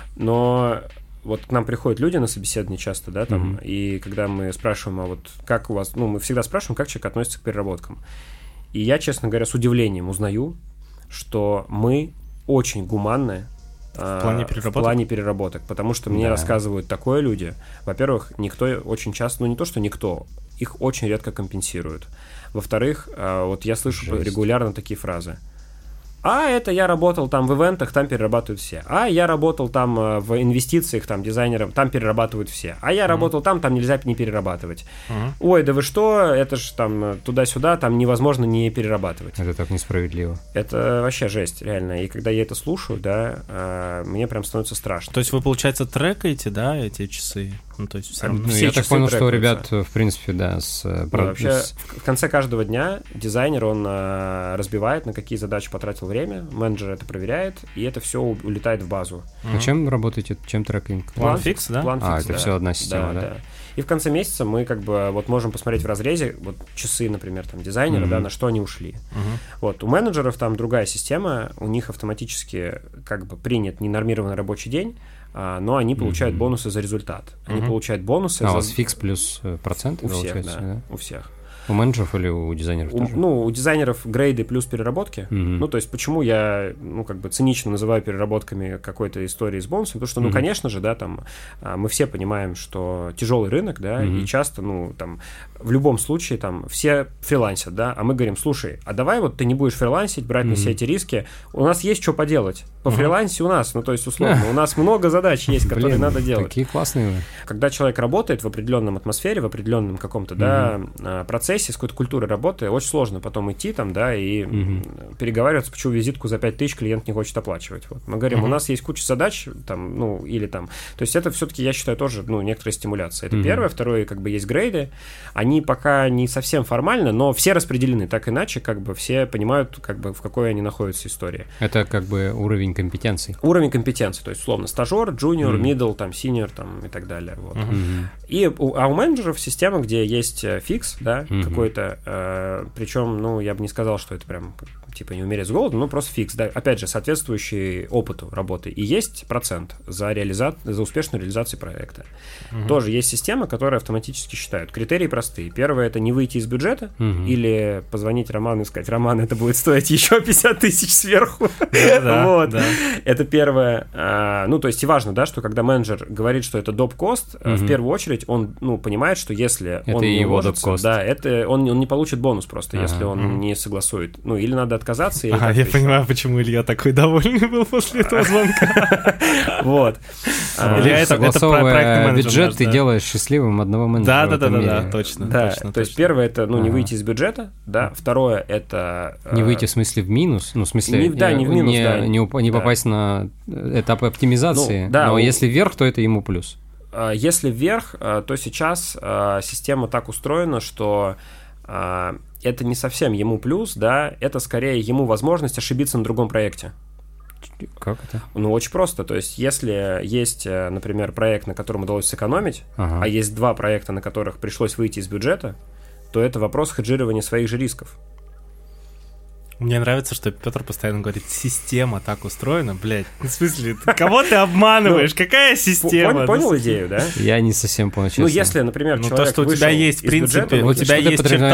Но вот к нам приходят люди на собеседование часто, да, там, и когда мы спрашиваем, а вот как у вас, ну, мы всегда спрашиваем, как человек относится к переработкам. И я, честно говоря, с удивлением узнаю, что мы очень гуманны в плане переработок, потому что мне рассказывают такое люди. Во-первых, никто очень часто, ну не то, что никто, их очень редко компенсируют. Во-вторых, вот я слышу регулярно такие фразы. А это я работал там в ивентах, там перерабатывают все. А я работал там в инвестициях, там дизайнером, там перерабатывают все. А я работал там нельзя не перерабатывать. Ой, да вы что, это же там туда-сюда, там невозможно не перерабатывать. Это так несправедливо. Это вообще жесть, реально. И когда я это слушаю, да, мне прям становится страшно. То есть вы, получается, трекаете, да, эти часы? Ну, то есть все равно... Ну, я так понял, что у ребят, в принципе, да, вообще, в конце каждого дня дизайнер, он разбивает, на какие задачи потратил время, менеджер это проверяет, и это все улетает в базу. А чем работаете? Чем трекинг? План-фикс, да? План-фикс, это все одна система, да? И в конце месяца мы как бы вот можем посмотреть в разрезе вот часы, например, там дизайнера, да, на что они ушли. Вот у менеджеров там другая система, у них автоматически как бы принят ненормированный рабочий день, но они получают бонусы за результат. Они получают бонусы. У вас фикс плюс процент? У всех, да, у всех. У менеджеров или у дизайнеров тоже? Ну, у дизайнеров грейды плюс переработки. Ну, то есть, почему я, ну, как бы цинично называю переработками какой-то истории с бонусом? Потому что, ну, конечно же, да, там, мы все понимаем, что тяжелый рынок, да, и часто, ну, там, в любом случае, там, все фрилансят, да, а мы говорим, слушай, а давай вот ты не будешь фрилансить, брать на себя эти риски, у нас есть что поделать. По фрилансе у нас, ну, то есть, условно, у нас много задач есть, которые надо делать. Такие классные вы. Когда человек работает в определенном атмосфере, в определенном каком-то, да, процессе, с какой-то культурой работы, очень сложно потом идти там, да, и переговариваться, почему визитку за 5000 клиент не хочет оплачивать. Вот. Мы говорим, у нас есть куча задач, там, ну, или там, то есть это все-таки, я считаю, тоже, ну, некоторая стимуляция. Это первое. Второе, как бы есть грейды, они пока не совсем формально, но все распределены так иначе, как бы все понимают, как бы в какой они находятся истории. Это как бы уровень компетенций. Уровень компетенции, то есть, условно, стажер, джуниор, middle, там, senior, там, и так далее. Вот. И у менеджеров система, где есть фикс, да, какой-то, причем, ну, я бы не сказал, что это прям типа не умереть с голоду, но просто фикс, да, опять же, соответствующий опыту работы. И есть процент за успешную реализацию проекта. Тоже есть система, которая автоматически считает. Критерии простые. Первое — это не выйти из бюджета или позвонить Роману и сказать: Роман, это будет стоить еще 50 тысяч сверху. Это первое. Ну, то есть и важно, да, что когда менеджер говорит, что это доп-кост, в первую очередь он, ну, понимает, что если он не вложится, да, это он не получит бонус просто, если он не согласует. Ну, или надо отказаться. Я понимаю, почему Илья такой довольный был после этого звонка. Вот. Или это согласовывая бюджет, ты делаешь счастливым одного менеджера. Да, точно. То есть первое — это, ну, не выйти из бюджета, да. Второе — это... Не выйти в смысле в минус, ну, в смысле... Да, не в минус, да. Не попасть на этап оптимизации, но если вверх, то это ему плюс. если вверх, то сейчас система так устроена, что это не совсем ему плюс, да, это скорее ему возможность ошибиться на другом проекте. Как это? Ну, очень просто. То есть, если есть, например, проект, на котором удалось сэкономить, а есть 2 проекта, на которых пришлось выйти из бюджета, то это вопрос хеджирования своих же рисков. Мне нравится, что Петр постоянно говорит, система так устроена, блядь. В смысле, кого ты обманываешь? Какая система? Понял идею, да? Я не совсем понял, честно. Ну, если, например, человек то, что у тебя есть, в принципе, у тебя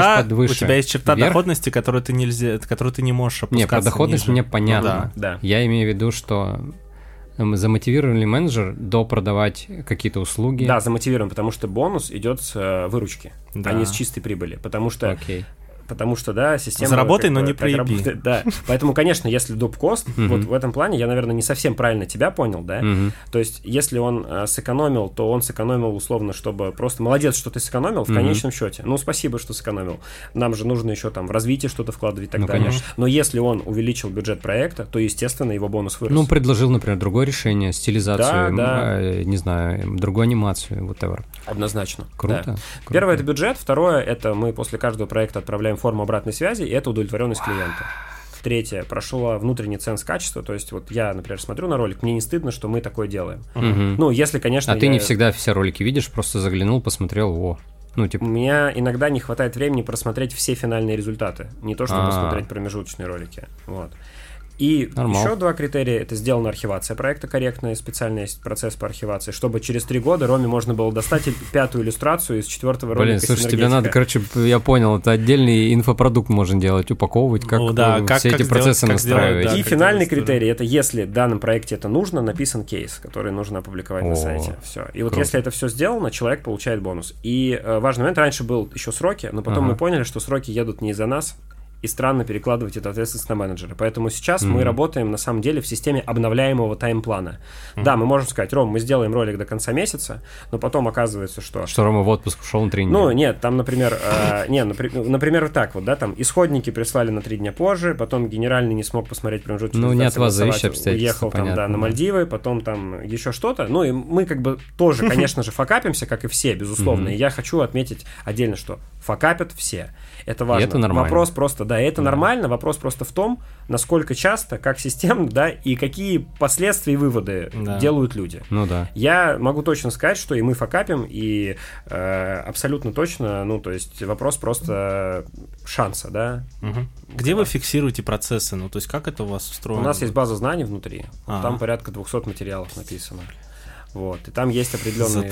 есть черта доходности, которую ты не можешь опускаться. Не, про доходность ниже. Мне понятно. Да. Я имею в виду, что замотивирован ли менеджер допродавать какие-то услуги? Да, замотивирован, потому что бонус идет с выручки, Да. а не с чистой прибыли. Потому что Окей. Потому что, да, система... Заработай, но не проеби. Да, поэтому, конечно, если доп-кост, вот в этом плане я, наверное, не совсем правильно тебя понял, да? То есть, если он сэкономил, то он сэкономил условно, чтобы просто молодец, что ты сэкономил в конечном счете. Ну, спасибо, что сэкономил. Нам же нужно еще там в развитие что-то вкладывать и так далее. Конечно. Но если он увеличил бюджет проекта, то, естественно, его бонус вырос. Ну, предложил, например, другое решение, стилизацию, Да. не знаю, другую анимацию, whatever. Однозначно. Круто. Да. Круто. Первое — это бюджет, второе — это мы после каждого проекта отправляем форму обратной связи, и это удовлетворенность клиента. Третье — прошла внутренний ценз качества, то есть вот я, например, смотрю на ролик, мне не стыдно, что мы такое делаем. Ну, если, конечно... А ты не всегда все ролики видишь, просто заглянул, посмотрел, о. Ну, типа... У меня иногда не хватает времени просмотреть все финальные результаты, не то, чтобы посмотреть промежуточные ролики. Вот. И еще 2 критерия. Это сделана архивация проекта корректная, специальный есть процесс по архивации, чтобы через 3 года Роме можно было достать 5-ю иллюстрацию из 4-го ролика. Блин, слушай, тебе надо, короче, я понял, это отдельный инфопродукт можно делать, упаковывать, как все эти процессы настраивать. Да, и финальный критерий — это если в данном проекте это нужно, написан кейс, который нужно опубликовать на сайте. Все. И вот если это все сделано, человек получает бонус. И важный момент, раньше был еще сроки, но потом мы поняли, что сроки едут не из-за нас, и странно перекладывать эту ответственность на менеджера. Поэтому сейчас мы работаем, на самом деле, в системе обновляемого тайм-плана. Да, мы можем сказать, Ром, мы сделаем ролик до конца месяца, но потом оказывается, что... Что Рома в отпуск ушел на 3 дня. Ну, нет, там, например... например, вот так вот, да, там исходники прислали на 3 дня позже, потом генеральный не смог посмотреть промежуточный. Ну, не от вас зависящие обстоятельства, уехал там, да, на Мальдивы, потом там еще что-то. Ну, и мы как бы тоже, конечно же, факапимся, как и все, безусловно. И я хочу отметить отдельно, что факапят все. Это важно. И это нормально. Вопрос просто, да, это нормально. Вопрос просто в том, насколько часто, как системно, да, и какие последствия и выводы делают люди. Ну да. Я могу точно сказать, что и мы факапим, и абсолютно точно, ну, то есть вопрос просто шанса, да. Где вы фиксируете процессы? Ну, то есть как это у вас устроено? У нас есть база знаний внутри, там порядка 200 материалов написано. Вот, и там есть определенные...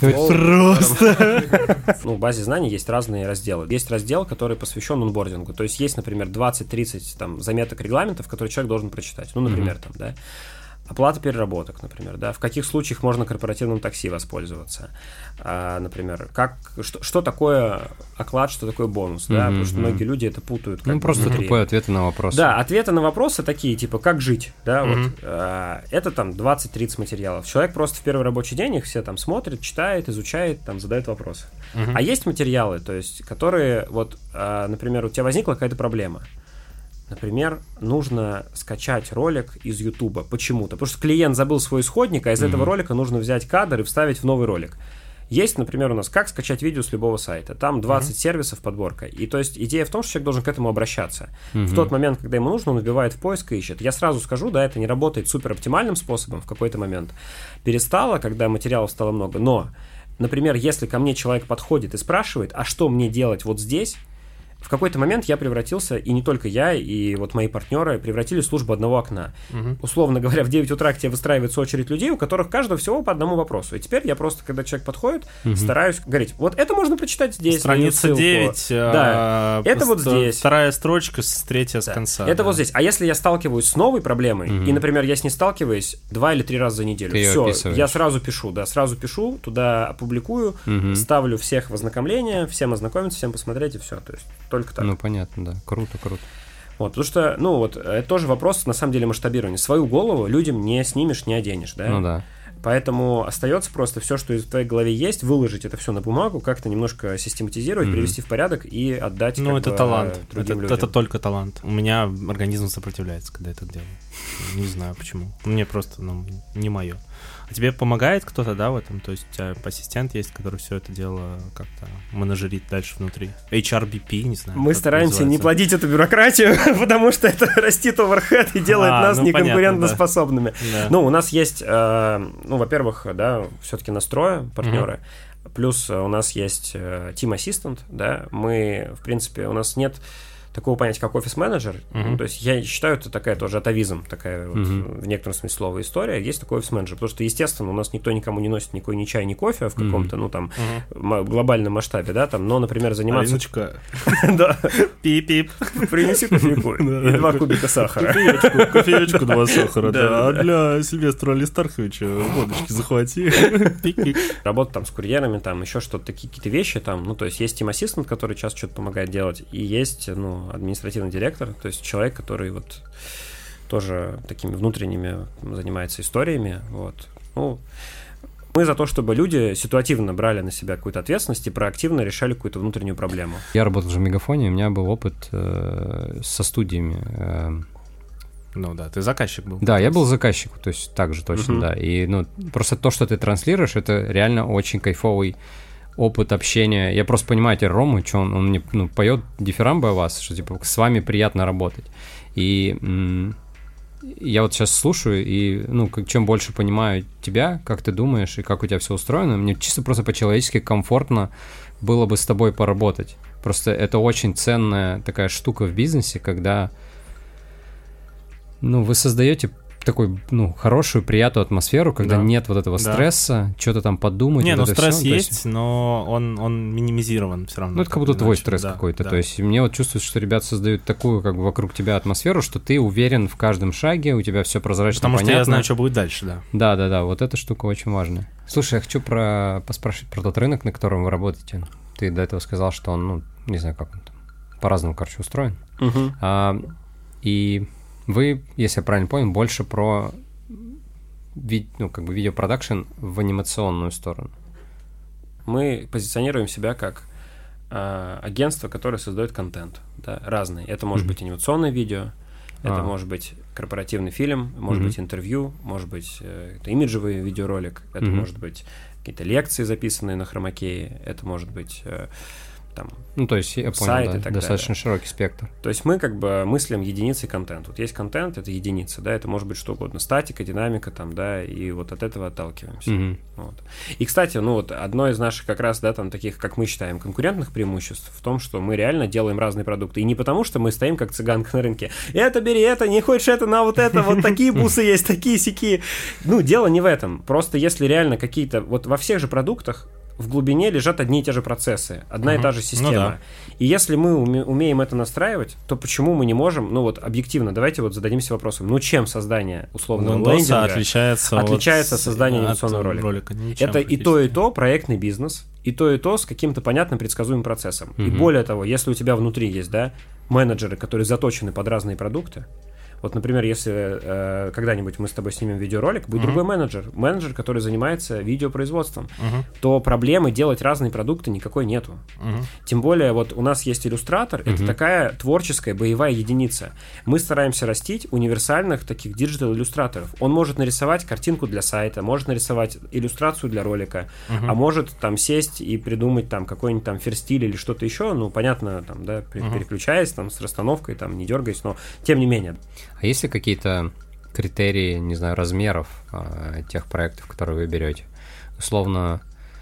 Просто! Ну, в базе знаний есть разные разделы. Есть раздел, который посвящен онбордингу. То есть есть, например, 20-30 там заметок регламентов, которые человек должен прочитать. Ну, например, там, да. Оплата переработок, например, да, в каких случаях можно корпоративным такси воспользоваться, например, что такое оклад, что такое бонус, да, потому что многие люди это путают. Ну, просто тупые ответы на вопросы. Да, ответы на вопросы такие, типа, как жить, да, вот, это там 20-30 материалов. Человек просто в первый рабочий день их все там смотрит, читает, изучает, там, задает вопросы. А есть материалы, то есть, которые, вот, например, у тебя возникла какая-то проблема. Например, нужно скачать ролик из Ютуба почему-то. Потому что клиент забыл свой исходник, а из этого ролика нужно взять кадр и вставить в новый ролик. Есть, например, у нас как скачать видео с любого сайта. Там 20 сервисов, подборка. И то есть идея в том, что человек должен к этому обращаться. В тот момент, когда ему нужно, он вбивает в поиск и ищет. Я сразу скажу, да, это не работает супер оптимальным способом в какой-то момент. Перестало, когда материалов стало много. Но, например, если ко мне человек подходит и спрашивает, а что мне делать вот здесь, в какой-то момент я превратился, и не только я, и вот мои партнеры превратили службу одного окна. Условно говоря, в 9 утра к тебе выстраивается очередь людей, у которых каждого всего по одному вопросу. И теперь я просто, когда человек подходит, стараюсь говорить, вот это можно прочитать здесь. Страница 9, да, это вот здесь. Вторая строчка, третья с конца. Это вот здесь. А если я сталкиваюсь с новой проблемой, и, например, я с ней сталкиваюсь 2 или 3 раза за неделю, все, я сразу пишу, туда опубликую, ставлю всех в ознакомление, всем ознакомиться, всем посмотреть, и все. То есть только так. Ну, понятно, да. Круто. Вот, потому что, ну, вот, это тоже вопрос, на самом деле, масштабирования. Свою голову людям не снимешь, не оденешь, да? Ну, да. Поэтому остается просто все, что в твоей голове есть, выложить это все на бумагу, как-то немножко систематизировать, привести в порядок и отдать это талант. Другим людям. Это только талант. У меня организм сопротивляется, когда я это делаю. Не знаю почему. Мне просто не мое. А тебе помогает кто-то, да, в этом? То есть у тебя ассистент есть, который все это дело как-то менеджерит дальше внутри? HRBP, не знаю. Мы стараемся не плодить эту бюрократию, потому что это растит оверхед и делает нас неконкурентоспособными. Ну, у нас есть, во-первых, да, все-таки настроя, партнеры. Плюс у нас есть Team Assistant, да. Мы, в принципе, у нас нет такого понятия, как офис-менеджер. То есть я считаю, это такая тоже атовизм, такая вот, в некотором смысле слова история. Есть такой офис-менеджер, потому что, естественно, у нас никто никому не носит никакой ни чай, ни кофе в каком-то, глобальном масштабе, да, там, но, например, заниматься... Алиночка. Да. Пип-пип. Принеси кофейку и 2 кубика сахара. Кофеечку 2 сахара, да. А для Сильвестра Алистарховича водочки захвати. Пик-пик. Работа там с курьерами, там еще что-то, такие какие-то вещи там, ну, то есть есть Team Assistant, который часто что-то помогает делать, и есть, административный директор, то есть человек, который вот тоже такими внутренними занимается историями, вот. Ну, мы за то, чтобы люди ситуативно брали на себя какую-то ответственность и проактивно решали какую-то внутреннюю проблему. Я работал же в Мегафоне, у меня был опыт со студиями. Ну да, ты заказчик был. Да, я был заказчиком, то есть так же точно, да. И просто то, что ты транслируешь, это реально очень кайфовый опыт общения. Я просто понимаю теперь Рому, что он мне поет дифирамбы о вас, что типа с вами приятно работать. И я вот сейчас слушаю, и чем больше понимаю тебя, как ты думаешь, и как у тебя все устроено, мне чисто просто по-человечески комфортно было бы с тобой поработать. Просто это очень ценная такая штука в бизнесе, когда вы создаете такую, хорошую, приятную атмосферу, когда нет вот этого стресса, что-то там подумать. Не, вот стресс все. есть, но он минимизирован все равно. Это как будто твой стресс какой-то. Да. То есть мне вот чувствуется, что ребята создают такую, как бы вокруг тебя атмосферу, что ты уверен в каждом шаге, у тебя все прозрачно, потому понятно. Что я знаю, что будет дальше, да. Да, вот эта штука очень важная. Слушай, я хочу поспрашивать про тот рынок, на котором вы работаете. Ты до этого сказал, что он, не знаю, как он там, по-разному, устроен. И вы, если я правильно понял, больше про видеопродакшн в анимационную сторону. Мы позиционируем себя как агентство, которое создает контент, да, разный. Это может быть анимационное видео, это может быть корпоративный фильм, может быть интервью, может быть это имиджевый видеоролик, это может быть какие-то лекции, записанные на хромакее, это может быть там, то есть, я понял, да, достаточно широкий спектр. То есть мы как бы мыслим единицей контент. Вот есть контент, это единица, да, это может быть что угодно, статика, динамика там, да, и вот от этого отталкиваемся. Вот. И, кстати, одно из наших как раз, да, там таких, как мы считаем, конкурентных преимуществ в том, что мы реально делаем разные продукты. И не потому, что мы стоим как цыганка на рынке. Это бери, это, не хочешь это, на вот это, вот такие бусы есть, такие сякие. Дело не в этом. Просто если реально какие-то, вот во всех же продуктах в глубине лежат одни и те же процессы, одна и та же система. Да. И если мы умеем это настраивать, то почему мы не можем, объективно, давайте вот зададимся вопросом, чем создание условного лендинга отличается от создания анимационного ролика? Это и то проектный бизнес, и то с каким-то понятным предсказуемым процессом. И более того, если у тебя внутри есть, да, менеджеры, которые заточены под разные продукты. Вот, например, если когда-нибудь мы с тобой снимем видеоролик, будет другой менеджер, который занимается видеопроизводством, то проблемы делать разные продукты никакой нету. Тем более, вот у нас есть иллюстратор, это такая творческая боевая единица. Мы стараемся растить универсальных таких диджитал-иллюстраторов. Он может нарисовать картинку для сайта, может нарисовать иллюстрацию для ролика, а может там сесть и придумать там какой-нибудь там ферстиль или что-то еще, понятно, там, да, переключаясь там с расстановкой, там, не дергаясь, но тем не менее. А есть ли какие-то критерии, не знаю, размеров тех проектов, которые вы берете? Условно,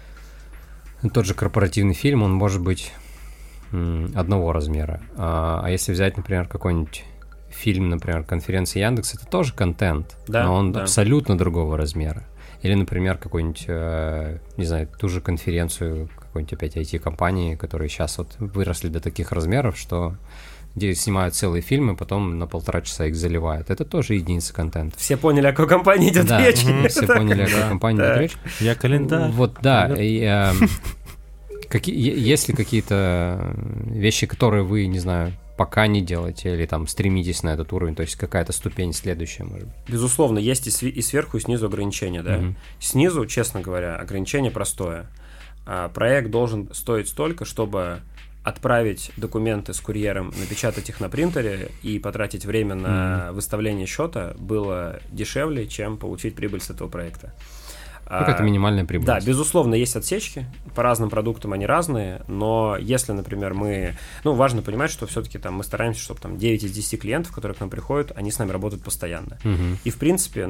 тот же корпоративный фильм, он может быть одного размера. А если взять, например, какой-нибудь фильм, например, конференции Яндекс, это тоже контент, но он абсолютно другого размера. Или, например, какой-нибудь, не знаю, ту же конференцию какой-нибудь опять IT-компании, которые сейчас вот выросли до таких размеров, что где снимают целые фильмы, потом на 1,5 часа их заливают. Это тоже единица контента. Все поняли, о какой компании идет речь. Все поняли, о какой компании идет речь. Я календарь. Вот, да. Есть ли какие-то вещи, которые вы, не знаю, пока не делаете, или там стремитесь на этот уровень, то есть какая-то ступень следующая, может быть? Безусловно, есть и сверху, и снизу ограничения, да. Снизу, честно говоря, ограничение простое. Проект должен стоить столько, чтобы отправить документы с курьером, напечатать их на принтере и потратить время на выставление счета было дешевле, чем получить прибыль с этого проекта. Какая-то минимальная прибыль. Да, безусловно, есть отсечки, по разным продуктам они разные, но если, например, важно понимать, что все-таки там мы стараемся, чтобы там 9 из 10 клиентов, которые к нам приходят, они с нами работают постоянно. И, в принципе,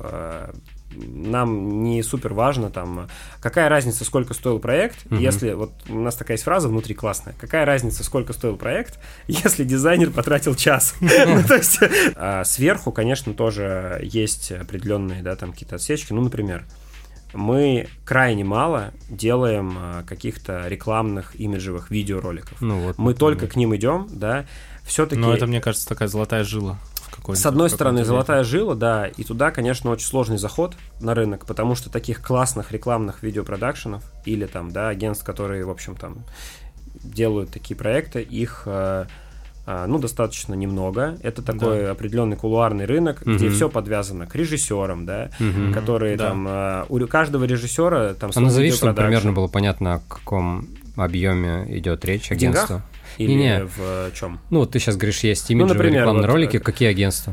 нам не супер важно, там, какая разница, сколько стоил проект, если, вот у нас такая есть фраза внутри классная, какая разница, сколько стоил проект, если дизайнер потратил час. То есть сверху, конечно, тоже есть определенные, да, там какие-то отсечки, например, мы крайне мало делаем каких-то рекламных имиджевых видеороликов. Мы только к ним идем, да, все-таки... Но это, мне кажется, такая золотая жила. С одной стороны, золотая жила, да, и туда, конечно, очень сложный заход на рынок, потому что таких классных рекламных видеопродакшенов или там, да, агентств, которые, в общем, там делают такие проекты, их... достаточно немного. Это такой определенный кулуарный рынок, где все подвязано к режиссерам, да, которые там... У каждого режиссера там... назови, чтобы примерно было понятно, о каком объеме идет речь агентства. В деньгах? Или в чем? Вот ты сейчас говоришь, есть имиджевые рекламные ролики. Какие агентства?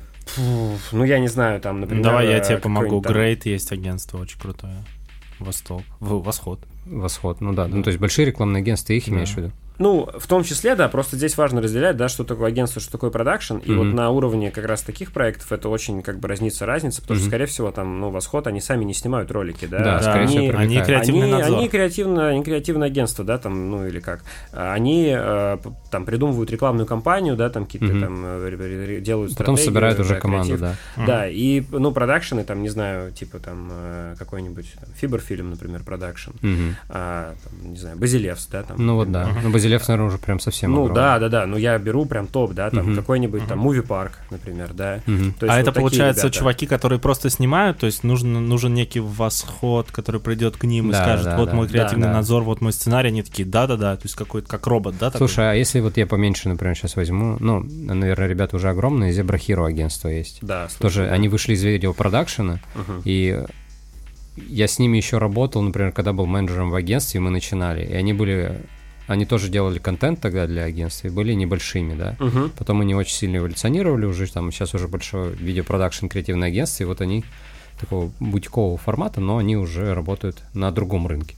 Я не знаю, там, например... Давай я тебе помогу. Great есть агентство очень крутое. Восход. Да. То есть большие рекламные агентства, их имеешь в виду? В том числе, да, просто здесь важно разделять, да, что такое агентство, что такое продакшн, и вот на уровне как раз таких проектов это очень как бы разница, потому что, скорее всего, там, Восход, они сами не снимают ролики, да, да, скорее всего, они креативный надзор. Они креативное агентство, да, там, или как, они там придумывают рекламную кампанию, да, там какие-то там делают стратегию. Потом собирают уже команду, да. Да, и, продакшены, там, не знаю, типа там какой-нибудь Фиберфильм, например, продакшн, не знаю, Базилевс, да, там. Да. Базилевс, наверное, уже прям совсем огромный. Да. Я беру прям топ, да, там какой-нибудь там муви-парк, например, да. То есть это, получается, чуваки, которые просто снимают, то есть нужен некий восход, который придет к ним и скажет, вот мой креативный надзор, вот мой сценарий, они такие, да-да-да, то есть какой-то как робот, да? Слушай, а если вот я поменьше, например, сейчас возьму, наверное, ребята уже огромные, Zebra Hero агентство есть. Да, тоже они вышли из видеопродакшена, и я с ними еще работал, например, когда был менеджером в агентстве, мы начинали, и они тоже делали контент тогда для агентства и были небольшими, да. Потом они очень сильно эволюционировали уже, там сейчас уже большое видеопродакшн креативное агентство, и вот они такого бутикового формата, но они уже работают на другом рынке.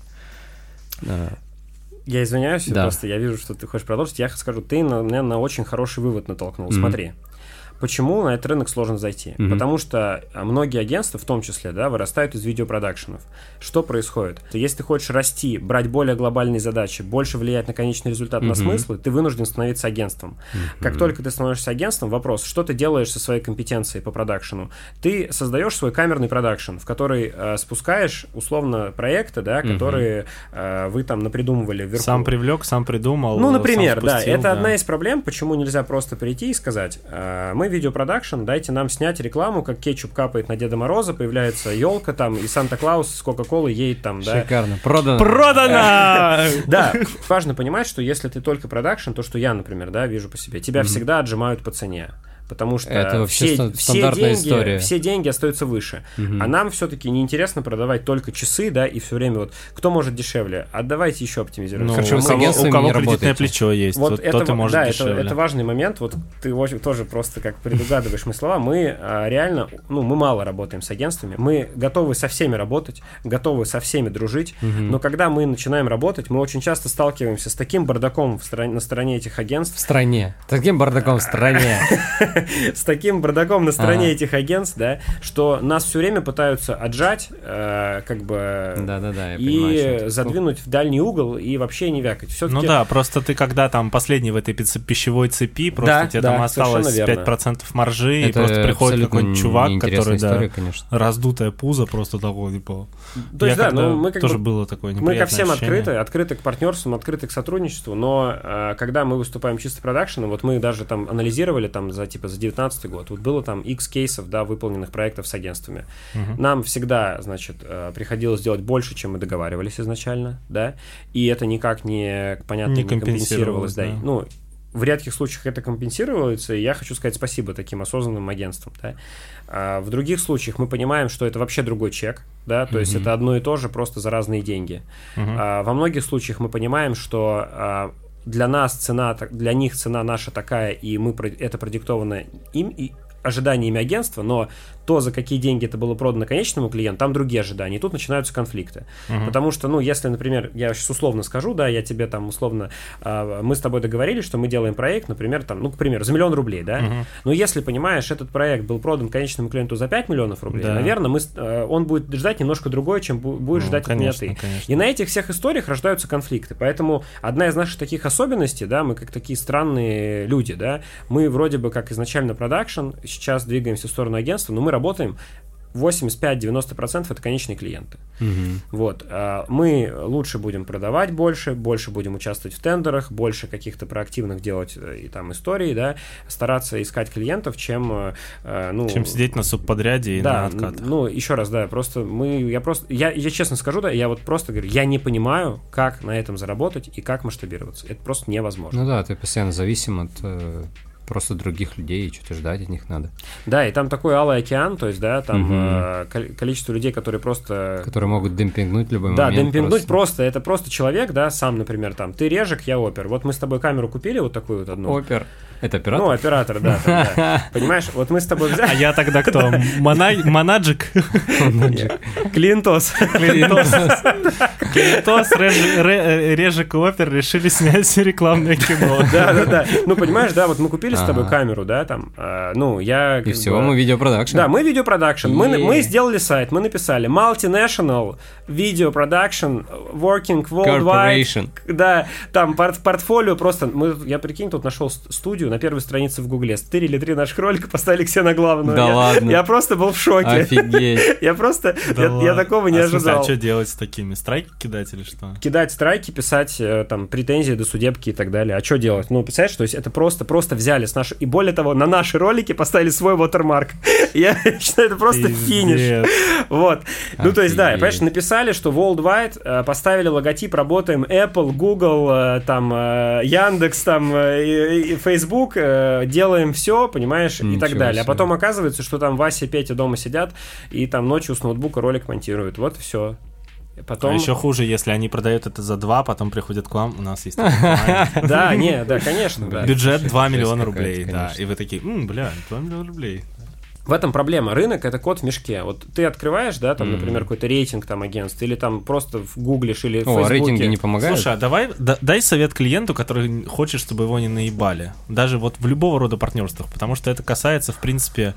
Я извиняюсь, просто я вижу, что ты хочешь продолжить. Я скажу, ты меня на очень хороший вывод натолкнул. Смотри. Почему на этот рынок сложно зайти? Потому что многие агентства, в том числе, да, вырастают из видеопродакшенов. Что происходит? Если ты хочешь расти, брать более глобальные задачи, больше влиять на конечный результат, на смыслы, ты вынужден становиться агентством. Как только ты становишься агентством, вопрос, что ты делаешь со своей компетенцией по продакшену? Ты создаешь свой камерный продакшн, в который спускаешь, условно, проекты, да, которые вы там напридумывали вверху. Сам привлек, сам придумал. Например, сам спустил, это одна из проблем, почему нельзя просто прийти и сказать, мы видеопродакшн, дайте нам снять рекламу, как кетчуп капает на Деда Мороза, появляется елка там, и Санта-Клаус с Кока-Колой едет там, да. Шикарно. Продано! Да, важно понимать, что если ты только продакшн, то, что я, например, да, вижу по себе, тебя всегда отжимают по цене. Потому что это стандартная все деньги остаются выше. А нам все-таки неинтересно продавать только часы, да, и все время вот кто может дешевле, давайте еще оптимизировать. У кого кредитное плечо есть, вот тот и может дешевле. Это важный момент, вот ты тоже просто как предугадываешь мои слова, мы реально, мы мало работаем с агентствами, мы готовы со всеми работать, готовы со всеми дружить, но когда мы начинаем работать, мы очень часто сталкиваемся с таким бардаком на стороне этих агентств. Таким бардаком в стране. С таким бардаком на стороне этих агентств, да, что нас все время пытаются отжать, как бы, и задвинуть в дальний угол и вообще не вякать. Все-таки... просто ты когда там последний в этой пищевой цепи, просто тебе там осталось 5% маржи, и просто приходит какой-нибудь чувак, который, история, раздутое пузо, просто такой, типа... То есть, мы тоже было такое неприятное мы ко всем ощущение. открыты к партнерству, открыты к сотрудничеству, но когда мы выступаем чисто продакшеном, вот мы даже там анализировали там за 19 год. Вот было там X кейсов, да, выполненных проектов с агентствами. Нам всегда, значит, приходилось делать больше, чем мы договаривались изначально, да, и это никак не, понятно, не компенсировалось, да. в редких случаях это компенсируется, и я хочу сказать спасибо таким осознанным агентствам, да. А в других случаях мы понимаем, что это вообще другой чек, да, то есть это одно и то же, просто за разные деньги. Во многих случаях мы понимаем, что для нас цена, для них цена наша такая, и это продиктовано им и ожиданиями агентства, но то, за какие деньги это было продано конечному клиенту, там другие ожидания, и тут начинаются конфликты. Потому что, ну, если, например, я сейчас условно скажу, да, я тебе там условно, мы с тобой договорились, что мы делаем проект, например, там, ну, к примеру, за $1 000 000, да, но если, понимаешь, этот проект был продан конечному клиенту за 5 миллионов рублей, да, наверное, он будет ждать немножко другое, чем будешь ждать от меня ты. Конечно. И на этих всех историях рождаются конфликты, поэтому одна из наших таких особенностей, да, мы как такие странные люди, да, мы вроде бы как изначально продакшн, сейчас двигаемся в сторону агентства, но мы работаем 85-90% это конечные клиенты. Вот. Мы лучше будем продавать больше будем участвовать в тендерах, больше каких-то проактивных делать и там историй, да, стараться искать клиентов, чем сидеть на субподряде и на откат. Ну, еще раз, да, я честно скажу, да, я вот просто говорю, я не понимаю, как на этом заработать и как масштабироваться. Это просто невозможно. Ну да, ты постоянно зависим от просто других людей, и что-то ждать от них надо. Да, и там такой алый океан, то есть, да, там количество людей, которые просто... Которые могут демпингнуть в любой момент. Да, демпингнуть просто, это просто человек, да, сам, например, там, ты Режик, я Опер. Вот мы с тобой камеру купили вот такую вот одну. Опер. Это оператор? Ну, оператор, да. Понимаешь, вот мы с тобой взяли... А я тогда кто? Монаджик? Клиентос. Клиентос, Режик и Опер решили снять рекламное кино. Да. Ну, понимаешь, да, вот мы купили с тобой камеру, да, там, ну, я... И все, мы видеопродакшн. Да, мы видеопродакшн. Мы сделали сайт, мы написали Multinational Video Production Working Worldwide. Да, там портфолио просто... Я, прикинь, тут нашел студию на первой странице в Гугле. 4 или 3 наших ролика поставили все на главную. Да ладно. Я просто был в шоке. Офигеть. Я просто... Я такого не ожидал. А что делать с такими? Страйки кидать или что? Кидать страйки, писать там претензии до судебки и так далее. А что делать? Ну, представляешь, то есть это просто взяли с нашей... И более того, на наши ролики поставили свой watermark. Я считаю, это просто финиш. Вот. Ну, то есть, да, понимаешь, написали, что Worldwide, поставили логотип, работаем Apple, Google, там, Яндекс, там, и Facebook, делаем все, понимаешь, и так далее. А потом оказывается, что там Вася и Петя дома сидят и там ночью с ноутбука ролик монтируют. Вот и все. Потом... А еще хуже, если они продают это за 2, потом приходят к вам, у нас есть... Да, конечно. Бюджет 2 миллиона рублей, да. И вы такие, 2 миллиона рублей. В этом проблема. Рынок — это кот в мешке. Вот ты открываешь, да, там, например, какой-то рейтинг там агентств, или там просто гуглишь, или в Фейсбуке. Рейтинги не помогают? Слушай, а дай совет клиенту, который хочет, чтобы его не наебали. Даже вот в любого рода партнерствах, потому что это касается, в принципе,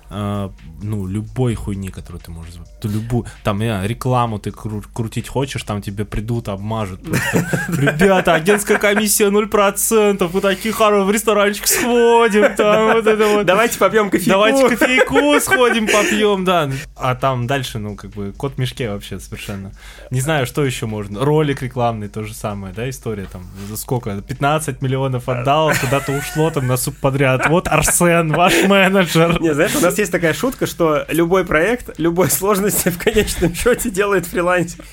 любой хуйни, которую ты можешь... Любую, там, рекламу ты крутить хочешь, там тебе придут, обмажут. Ребята, агентская комиссия 0%, вы такие хорошие, в ресторанчик сходим, там, вот это вот. Давайте попьем кофейку. Давайте кофейку сходим, попьем, да. А там дальше, кот в мешке вообще совершенно. Не знаю, что еще можно. Ролик рекламный, то же самое, да, история там. За сколько? 15 миллионов отдал, куда-то ушло там на субподряд. Вот Арсен, ваш менеджер. Не, знаешь, у нас есть такая шутка, что любой проект, любой сложности в конечном счете делает фрилансер.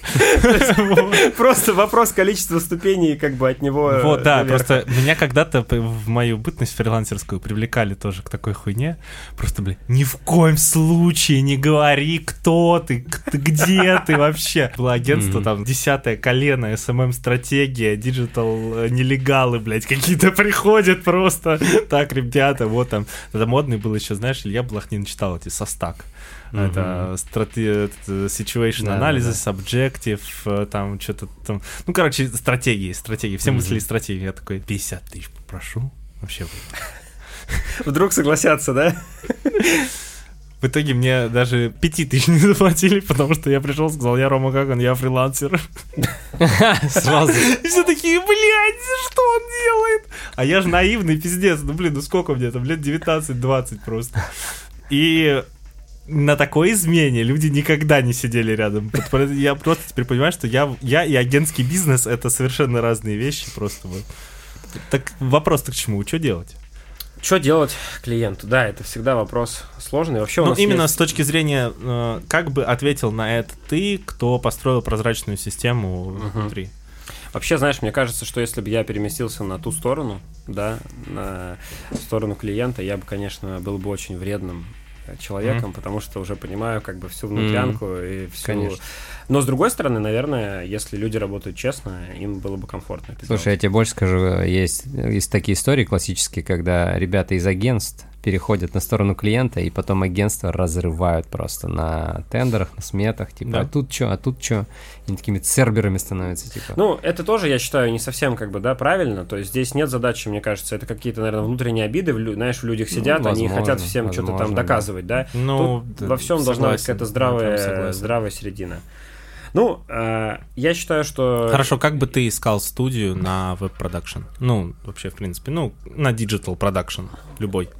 Просто вопрос количества ступеней как бы от него. Вот, да, просто меня когда-то в мою бытность фрилансерскую привлекали тоже к такой хуйне. Просто, ни в коем случае не говори, кто ты где ты вообще. Было агентство, там, 10-е колено, SMM-стратегия, диджитал-нелегалы, какие-то приходят просто. Так, ребята, вот там. Это модный был еще, знаешь, Илья Блохнин читал эти состак. Это situation analysis, objective, там что-то там. Ну, короче, стратегии. Все мысли стратегии. Я такой, 50 тысяч попрошу. Вообще. Вдруг согласятся, да? В итоге мне даже 5 тысяч не заплатили, потому что я пришел, сказал, я Рома Каган, я фрилансер. Сразу. И все такие, что он делает? А я же наивный пиздец. Сколько мне там, лет 19-20 просто. И на такой измене люди никогда не сидели рядом. Я просто теперь понимаю, что я и агентский бизнес — это совершенно разные вещи просто. Вот. Так вопрос-то к чему? Что делать? Что делать клиенту? Да, это всегда вопрос сложный. Вообще, именно с точки зрения, как бы ответил на это ты, кто построил прозрачную систему внутри? Вообще, знаешь, мне кажется, что если бы я переместился на ту сторону, да, на сторону клиента, я бы, конечно, был бы очень вредным человеком, потому что уже понимаю как бы всю внутрянку и всю... Конечно. Но, с другой стороны, наверное, если люди работают честно, им было бы комфортно это Слушай, делать. я тебе больше скажу, есть такие истории классические, когда ребята из агентств переходят на сторону клиента, и потом агентства разрывают просто на тендерах, на сметах, типа, Да. а тут что? Они такими церберами становятся, типа. Ну, это тоже, я считаю, не совсем как бы, да, правильно. То есть здесь нет задачи, мне кажется, это какие-то, наверное, внутренние обиды, знаешь, в людях сидят, они возможно, хотят всем что-то там возможно, доказывать, да. Ну, Тут во всем должна быть согласен, какая-то я прям согласен. здравая середина. Ну, я считаю, что... Хорошо, как бы ты искал студию на веб-продакшн? Ну, вообще, в принципе, ну, на диджитал продакшн любой.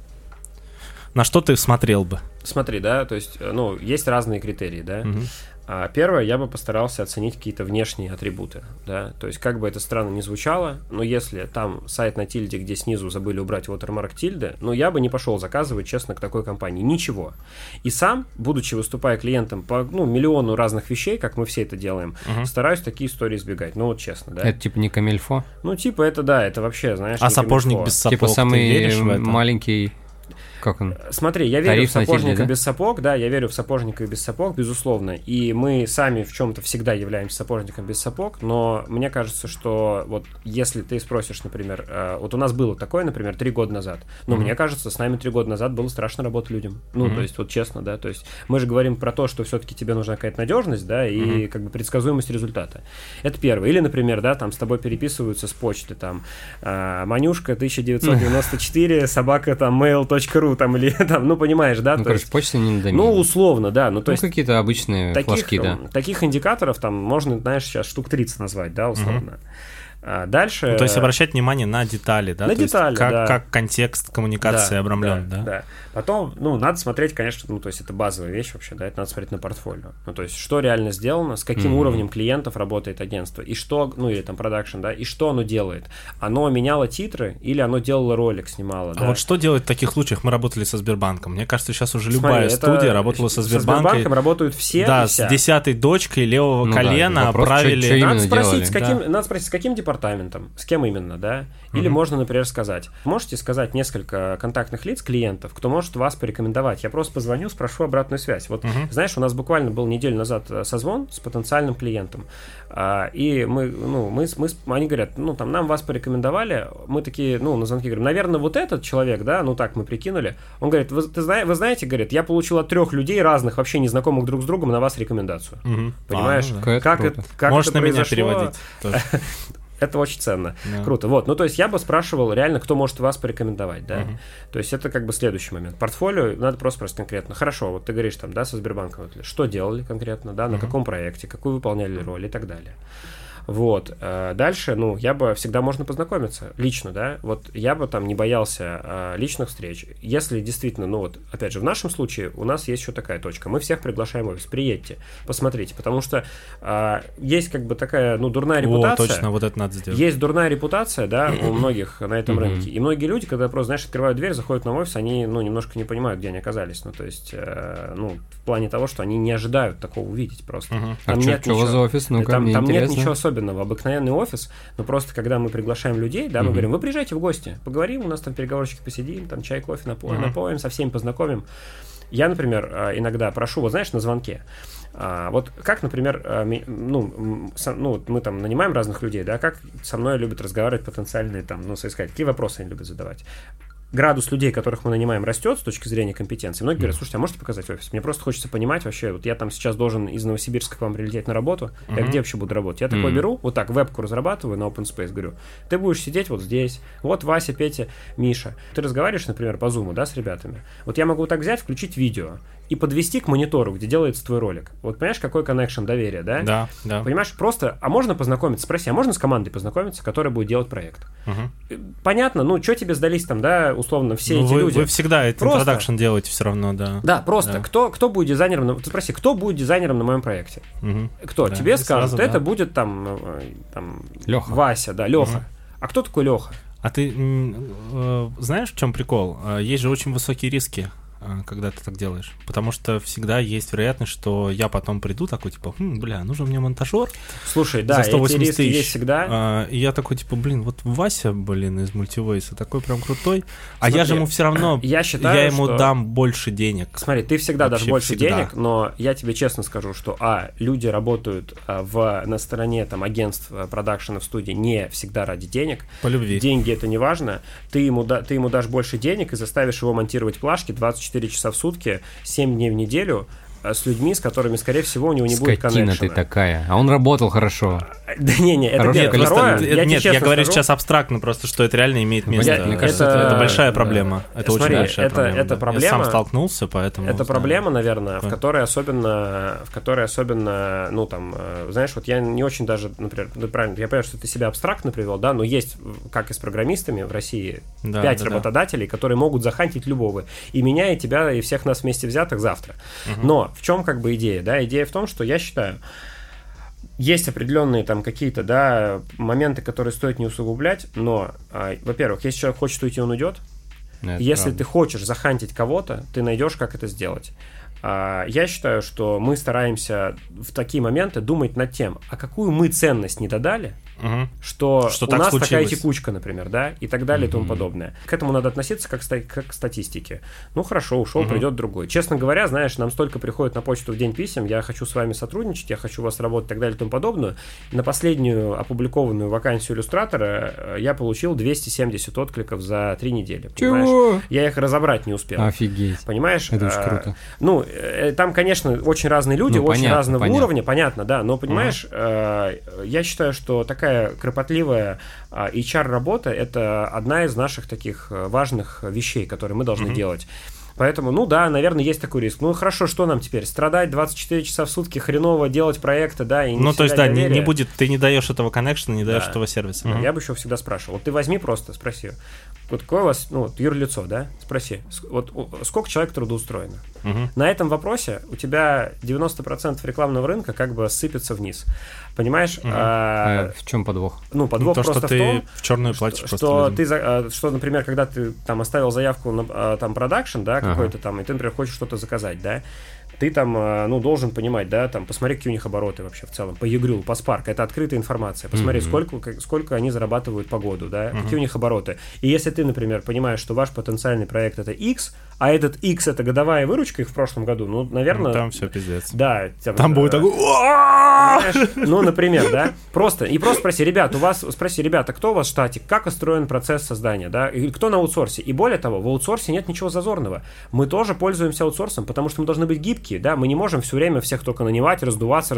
На что ты смотрел бы? Смотри, да, то есть, ну, есть разные критерии, да. Мгм. Первое, я бы постарался оценить какие-то внешние атрибуты, да, то есть как бы это странно ни звучало, но если там сайт на тильде, где снизу забыли убрать watermark тильды, ну, я бы не пошел заказывать, честно, к такой компании, ничего. И сам, будучи выступая клиентом по, ну, миллиону разных вещей, как мы все это делаем, стараюсь такие истории избегать, ну, вот честно, да. Это типа не камильфо? Ну, типа, это да, это вообще, знаешь, А не сапожник камильфо. без сапог, Типа ты самый веришь в это? маленький... Как он? Смотри, я верю Тариф в на тильде, сапожника да? без сапог, да, я верю в сапожника без сапог, безусловно, и мы сами в чем-то всегда являемся сапожником без сапог, но мне кажется, что вот если ты спросишь, например, вот у нас было такое, например, 3 года назад, но мне кажется, с нами 3 года назад было страшно работать людям, ну, то есть, вот честно, да, то есть мы же говорим про то, что все-таки тебе нужна какая-то надежность, да, и как бы предсказуемость результата. Это первое. Или, например, да, там с тобой переписываются с почты, там, Манюшка 1994, собака, там, mail.ru, там, или там, ну, понимаешь, да? Ну, то короче, есть, почта не надо. ну, условно, да. Ну, то Ну, есть какие-то обычные флажки, да. таких индикаторов там можно, знаешь, сейчас штук 30 назвать, да, условно. Дальше... Ну, то есть обращать внимание на детали, да? На То есть детали, как, да. как контекст коммуникации обрамлен, да? Да. Потом, ну, надо смотреть, конечно, ну, то есть это базовая вещь вообще, да, это надо смотреть на портфолио. Ну, то есть что реально сделано, с каким уровнем клиентов работает агентство, и что, ну, или там продакшн, да, и что оно делает. Оно меняло титры или оно делало ролик, снимало, А да. вот что делать в таких случаях? Мы работали со Сбербанком. Мне кажется, сейчас уже Смотри, любая это студия работала со Сбербанком. работают все Да, и с вся. 10-й дочкой левого Ну да, колена вопрос, отправили... чё именно Надо спросить, делали, с каким, надо спросить, с каким департаментом, с кем именно, да? Или можно, например, сказать. Можете сказать несколько контактных лиц, клиентов, кто может вас порекомендовать. Я просто позвоню, спрошу обратную связь. Вот, знаешь, у нас буквально был неделю назад созвон с потенциальным клиентом. И мы, ну, они говорят, ну, там, нам вас порекомендовали. Мы такие, ну, на звонки говорим, наверное, вот этот человек, да, ну, так мы прикинули. Он говорит, вы знаете, говорит, я получил от 3 людей разных, вообще незнакомых друг с другом, на вас рекомендацию. Понимаешь? А, ну да. Как Круто. как Можешь это на меня произошло? переводить тоже. Это очень ценно. Да. Круто. Вот. Ну, то есть я бы спрашивал реально, кто может вас порекомендовать, да. То есть это как бы следующий момент. Портфолио надо просто спросить конкретно. Хорошо, вот ты говоришь там, да, со Сбербанком, вот, что делали конкретно, да, на каком проекте, какую выполняли роль и так далее. Вот. Дальше, ну, я бы всегда можно познакомиться лично, да. Вот я бы там не боялся личных встреч. Если действительно, ну вот, опять же, в нашем случае у нас есть еще такая точка. Мы всех приглашаем в офис. Приедьте, посмотрите, потому что есть как бы такая, ну, дурная репутация. О, точно, вот это надо сделать. Есть дурная репутация, да, у многих на этом рынке. И многие люди, когда просто, знаешь, открывают дверь, заходят на офис, они, ну, немножко не понимают, где они оказались. Ну, то есть, ну, в плане того, что они не ожидают такого увидеть просто. А что у вас за офис? Ну-ка, там мне нет интересно. ничего особенного. Обыкновенный офис, но просто когда мы приглашаем людей, да, мы говорим, вы приезжайте в гости, поговорим, у нас там переговорщики посидим, там чай, кофе напоим, со всеми познакомим. Я, например, иногда прошу, вот знаешь, на звонке, вот как, например, ну, мы там нанимаем разных людей, да, как со мной любят разговаривать потенциальные там, ну, соискатели, какие вопросы они любят задавать. Градус людей, которых мы нанимаем, растет с точки зрения компетенции. Многие говорят, слушайте, а можете показать офис? Мне просто хочется понимать вообще, вот я там сейчас должен из Новосибирска к вам прилететь на работу, я где вообще буду работать? Я такой беру, вот так, вебку разрабатываю на OpenSpace, говорю, ты будешь сидеть вот здесь, вот Вася, Петя, Миша. Ты разговариваешь, например, по Zoom, да, с ребятами. Вот я могу так взять, включить видео и подвести к монитору, где делается твой ролик. Вот понимаешь, какой коннекшн, доверие, да? Да, да. Понимаешь, просто, а можно познакомиться? Спроси, а можно с командой познакомиться, которая будет делать проект? Понятно, ну, что тебе сдались там, да, условно, все Ну, эти люди? Вы всегда этот Просто- интродакшн делаете все равно, да. Да, просто, Да. кто будет дизайнером, ты спроси, кто будет дизайнером на моем проекте? Мгм. Кто? Да, Тебе и скажут, сразу, это да. будет там Лёха. Вася, да, Леха. А кто такой Леха? А ты знаешь, в чем прикол? Есть же очень высокие риски когда ты так делаешь. Потому что всегда есть вероятность, что я потом приду такой, типа, нужен мне монтажер. Слушай, да, за 180 эти риски тысяч. есть всегда. И я такой, типа, вот Вася, из Multivoice такой прям крутой. Смотри, я же ему все равно, я ему дам больше денег. Смотри, ты всегда дашь больше всегда. денег, но я тебе честно скажу, что, люди работают на стороне там агентств продакшена в студии не всегда ради денег. По любви. Деньги — это не важно. Ты ему дашь больше денег и заставишь его монтировать плашки 24 часа в сутки, 7 дней в неделю, с людьми, с которыми, скорее всего, у него не будет коннекшена. Скотина ты такая. А он работал хорошо. Да не, это первое. Второе, я говорю сейчас абстрактно, просто, что это реально имеет место. Мне кажется, это большая проблема. Это очень большая проблема. Это проблема. Я сам столкнулся, поэтому... Это проблема, наверное, в которой особенно, знаешь, вот я не очень даже, например, правильно, я понимаю, что ты себя абстрактно привел, да, но есть, как и с программистами в России, 5 работодателей, которые могут захантить любого, и меня, и тебя, и всех нас вместе взятых завтра. Но в чем идея? Да? Идея в том, что я считаю, есть определенные там какие-то, да, моменты, которые стоит не усугублять, но, во-первых, если человек хочет уйти, он уйдет. Если ты хочешь захантить кого-то, ты найдешь, как это сделать. Я считаю, что мы стараемся в такие моменты думать над тем, а какую мы ценность не додали, что у нас случилось. Такая текучка, например, да, и так далее и тому подобное. К этому надо относиться как к статистике. Ну, хорошо, ушел, придет другой. Честно говоря, знаешь, нам столько приходит на почту в день писем, я хочу с вами сотрудничать, я хочу у вас работать и так далее и тому подобное. На последнюю опубликованную вакансию иллюстратора я получил 270 откликов за 3 недели. Чего? Я их разобрать не успел. Офигеть. Понимаешь? Это очень круто. Ну, там, конечно, очень разные люди, очень разного уровня, понятно, да, но, понимаешь, я считаю, что такая кропотливая HR-работа — это одна из наших таких важных вещей, которые мы должны делать. Поэтому, наверное, есть такой риск. Ну, хорошо, что нам теперь? Страдать 24 часа в сутки, хреново делать проекты, да, и не то есть, да, не будет, ты не даешь этого коннекшена, не даешь этого сервиса. Я бы еще всегда спрашивал. Вот ты возьми просто, спроси. Вот какое у вас, юрлицо, да? Спроси. Вот сколько человек трудоустроено? На этом вопросе у тебя 90% рекламного рынка как бы сыпется вниз. Понимаешь? В чем подвох? Подвох то, просто что ты в том, в черную платишь что например, когда ты там оставил заявку на там продакшн, да, какой-то там, и ты, например, хочешь что-то заказать, да, ты там, должен понимать, да, там, посмотри, какие у них обороты вообще в целом, по Егрю, по Spark, это открытая информация, посмотри, сколько они зарабатывают по году, да, какие у них обороты. И если ты, например, понимаешь, что ваш потенциальный проект — это X, а этот X — это годовая выручка их в прошлом году, наверное... там все пиздец. Да. Там будет такой... Например, да, просто спроси, ребята, кто у вас в штате, как устроен процесс создания, да, и кто на аутсорсе. И более того, в аутсорсе нет ничего зазорного. Мы тоже пользуемся аутсорсом, потому что мы должны быть гибкие, да, мы не можем все время всех только нанимать, раздуваться.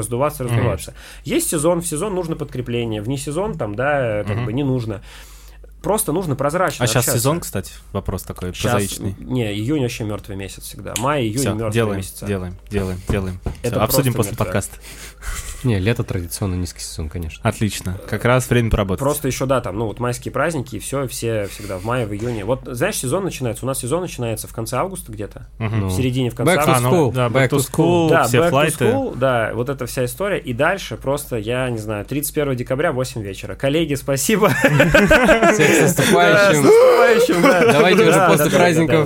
Есть сезон, в сезон нужно подкрепление, вне сезон там, да, как бы не нужно. Просто нужно прозрачно общаться. Сейчас сезон, кстати, вопрос такой прозаичный. Не, июнь вообще мертвый месяц всегда. Май, июнь мертвые месяца. Делаем. Это обсудим после подкаста. Не, лето традиционно низкий сезон, конечно. Отлично. Как раз время поработать. Просто еще, да, там, майские праздники, и все всегда в мае, в июне. Вот, знаешь, сезон начинается. У нас сезон начинается в конце августа где-то. В середине, в конце августа. Back to school, да, все флайты. Да, вот эта вся история. И дальше просто, я не знаю, 31 декабря, 8 вечера. Коллеги, спасибо. Всех с наступающим. Давайте уже после праздников.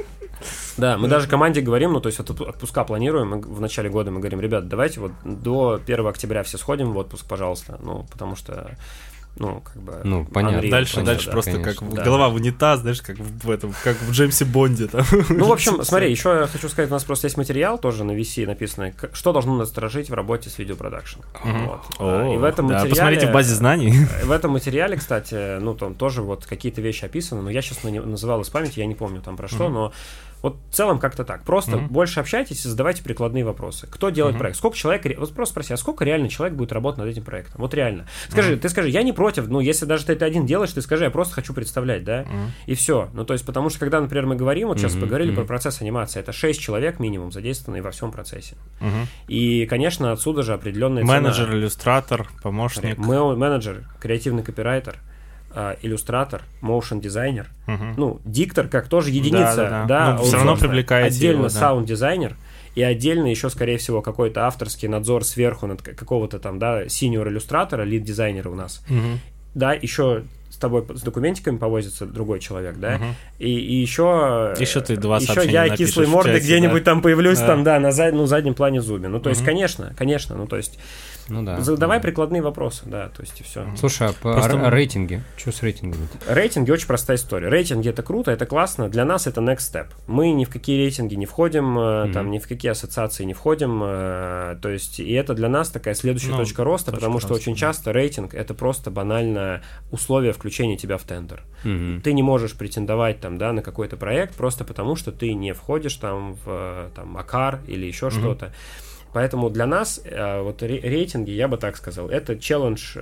Да, мы даже команде говорим, то есть отпуска планируем, в начале года мы говорим, ребят, давайте вот до 1 октября все сходим в отпуск, пожалуйста, потому что, понятно. Дальше просто конечно. Как голова в унитаз, знаешь, как в Джеймсе Бонде. Там. В общем, смотри, еще я хочу сказать, у нас просто есть материал тоже на VC написанный, что должно насторожить в работе с видеопродакшн. И в этом материале... Посмотрите в базе знаний. В этом материале, кстати, там тоже вот какие-то вещи описаны, но я сейчас называл из памяти, я не помню там про что, но вот в целом как-то так. Просто больше общайтесь и задавайте прикладные вопросы. Кто делает проект? Сколько человек... Вот просто спроси, а сколько реально человек будет работать над этим проектом? Вот реально. Ты скажи, я не против, если даже ты это один делаешь, ты скажи, я просто хочу представлять, да? И все. То есть, потому что, когда, например, мы говорим, вот сейчас поговорили про процесс анимации, это 6 человек минимум задействованные во всем процессе. И, конечно, отсюда же определенная цена. Менеджер, иллюстратор, помощник. Менеджер, креативный копирайтер, иллюстратор, моушн-дизайнер, диктор как тоже единица, да, все равно привлекает отдельно саунд-дизайнер и отдельно еще, скорее всего, какой-то авторский надзор сверху над какого-то там, да, синьор-иллюстратора, лид-дизайнера у нас. Да, еще с тобой с документиками повозится другой человек, да, и еще... Еще ты 2 сообщения я напишешь кислой в мордой чате, где-нибудь там появлюсь, Да. там, да, на заднем плане зуме. Ну, то есть, конечно, ну, то есть, Ну да. задавай прикладные вопросы, да, то есть, и все. Слушай, а по Просто- рейтинге? Что с рейтингами? Рейтинги очень простая история. Рейтинги это круто, это классно. Для нас это next step. Мы ни в какие рейтинги не входим, там ни в какие ассоциации не входим. То есть, и это для нас такая следующая точка роста, потому что очень часто рейтинг это просто банально условие включения тебя в тендер. Ты не можешь претендовать там, да, на какой-то проект просто потому, что ты не входишь там в там, АКАР или еще что-то. Поэтому для нас вот рейтинги, я бы так сказал, это челлендж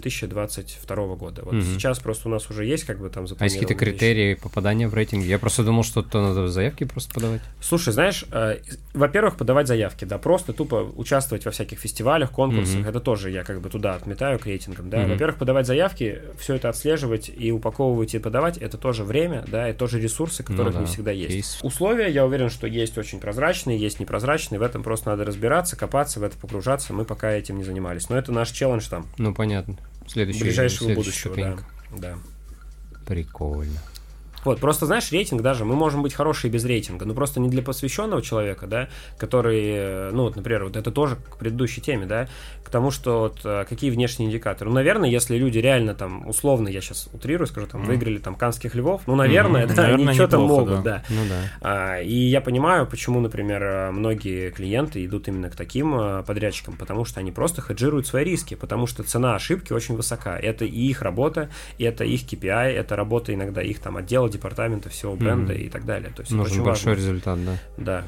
2022 года. Вот сейчас просто у нас уже есть как бы там А есть запланированные какие-то критерии попадания в рейтинг? Я просто думал, что то надо заявки просто подавать. Слушай, знаешь, во-первых, подавать заявки, да, просто тупо участвовать во всяких фестивалях, конкурсах, это тоже я как бы туда отметаю к рейтингам, да. Во-первых, подавать заявки, все это отслеживать и упаковывать и подавать, это тоже время, да, и тоже ресурсы, которых не всегда есть. Кейс. Условия, я уверен, что есть очень прозрачные, есть непрозрачные, в этом просто надо разбираться, копаться, в это погружаться, мы пока этим не занимались. Но это наш челлендж там, Ну, понятно. ближайшего следующая будущего, да. ступенька. Да. Прикольно. Вот, просто, знаешь, рейтинг даже, мы можем быть хорошие без рейтинга, но просто не для посвященного человека, да, который, ну, вот, например, вот это тоже к предыдущей теме, да, к тому, что вот какие внешние индикаторы. Ну, наверное, если люди реально там, условно, я сейчас утрирую, скажу, там, выиграли там Канских львов, ну, наверное, да, Наверное, они что-то неплохо, могут, да. Ну да. И я понимаю, почему, например, многие клиенты идут именно к таким подрядчикам, потому что они просто хеджируют свои риски, потому что цена ошибки очень высока. Это и их работа, и это их KPI, это работа иногда их там отдела, департамента, всего бренда и так далее. То есть это Нужен очень большой важно. результат, да. Да.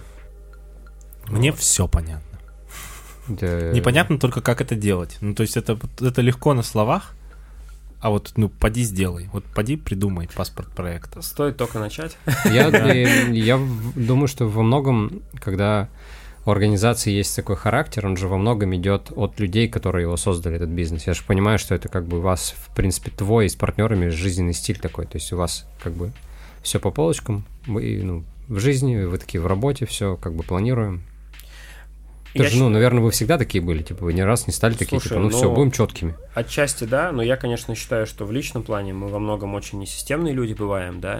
Мне все понятно. Да. Непонятно только, как это делать. Ну, то есть это легко на словах, а вот, ну, поди сделай. Вот поди придумай паспорт проекта. Стоит только начать. Я думаю, что во многом, когда у организации есть такой характер, он же во многом идет от людей, которые его создали, этот бизнес. Я же понимаю, что это как бы у вас, в принципе, твой с партнерами жизненный стиль такой. То есть у вас как бы все по полочкам, вы, ну, в жизни, вы такие в работе, все как бы планируем. Ну, наверное, вы всегда такие были, типа, вы ни раз не стали такие, Слушай, типа, ну все, будем четкими. Отчасти да, но я, конечно, считаю, что в личном плане мы во многом очень несистемные люди бываем, да,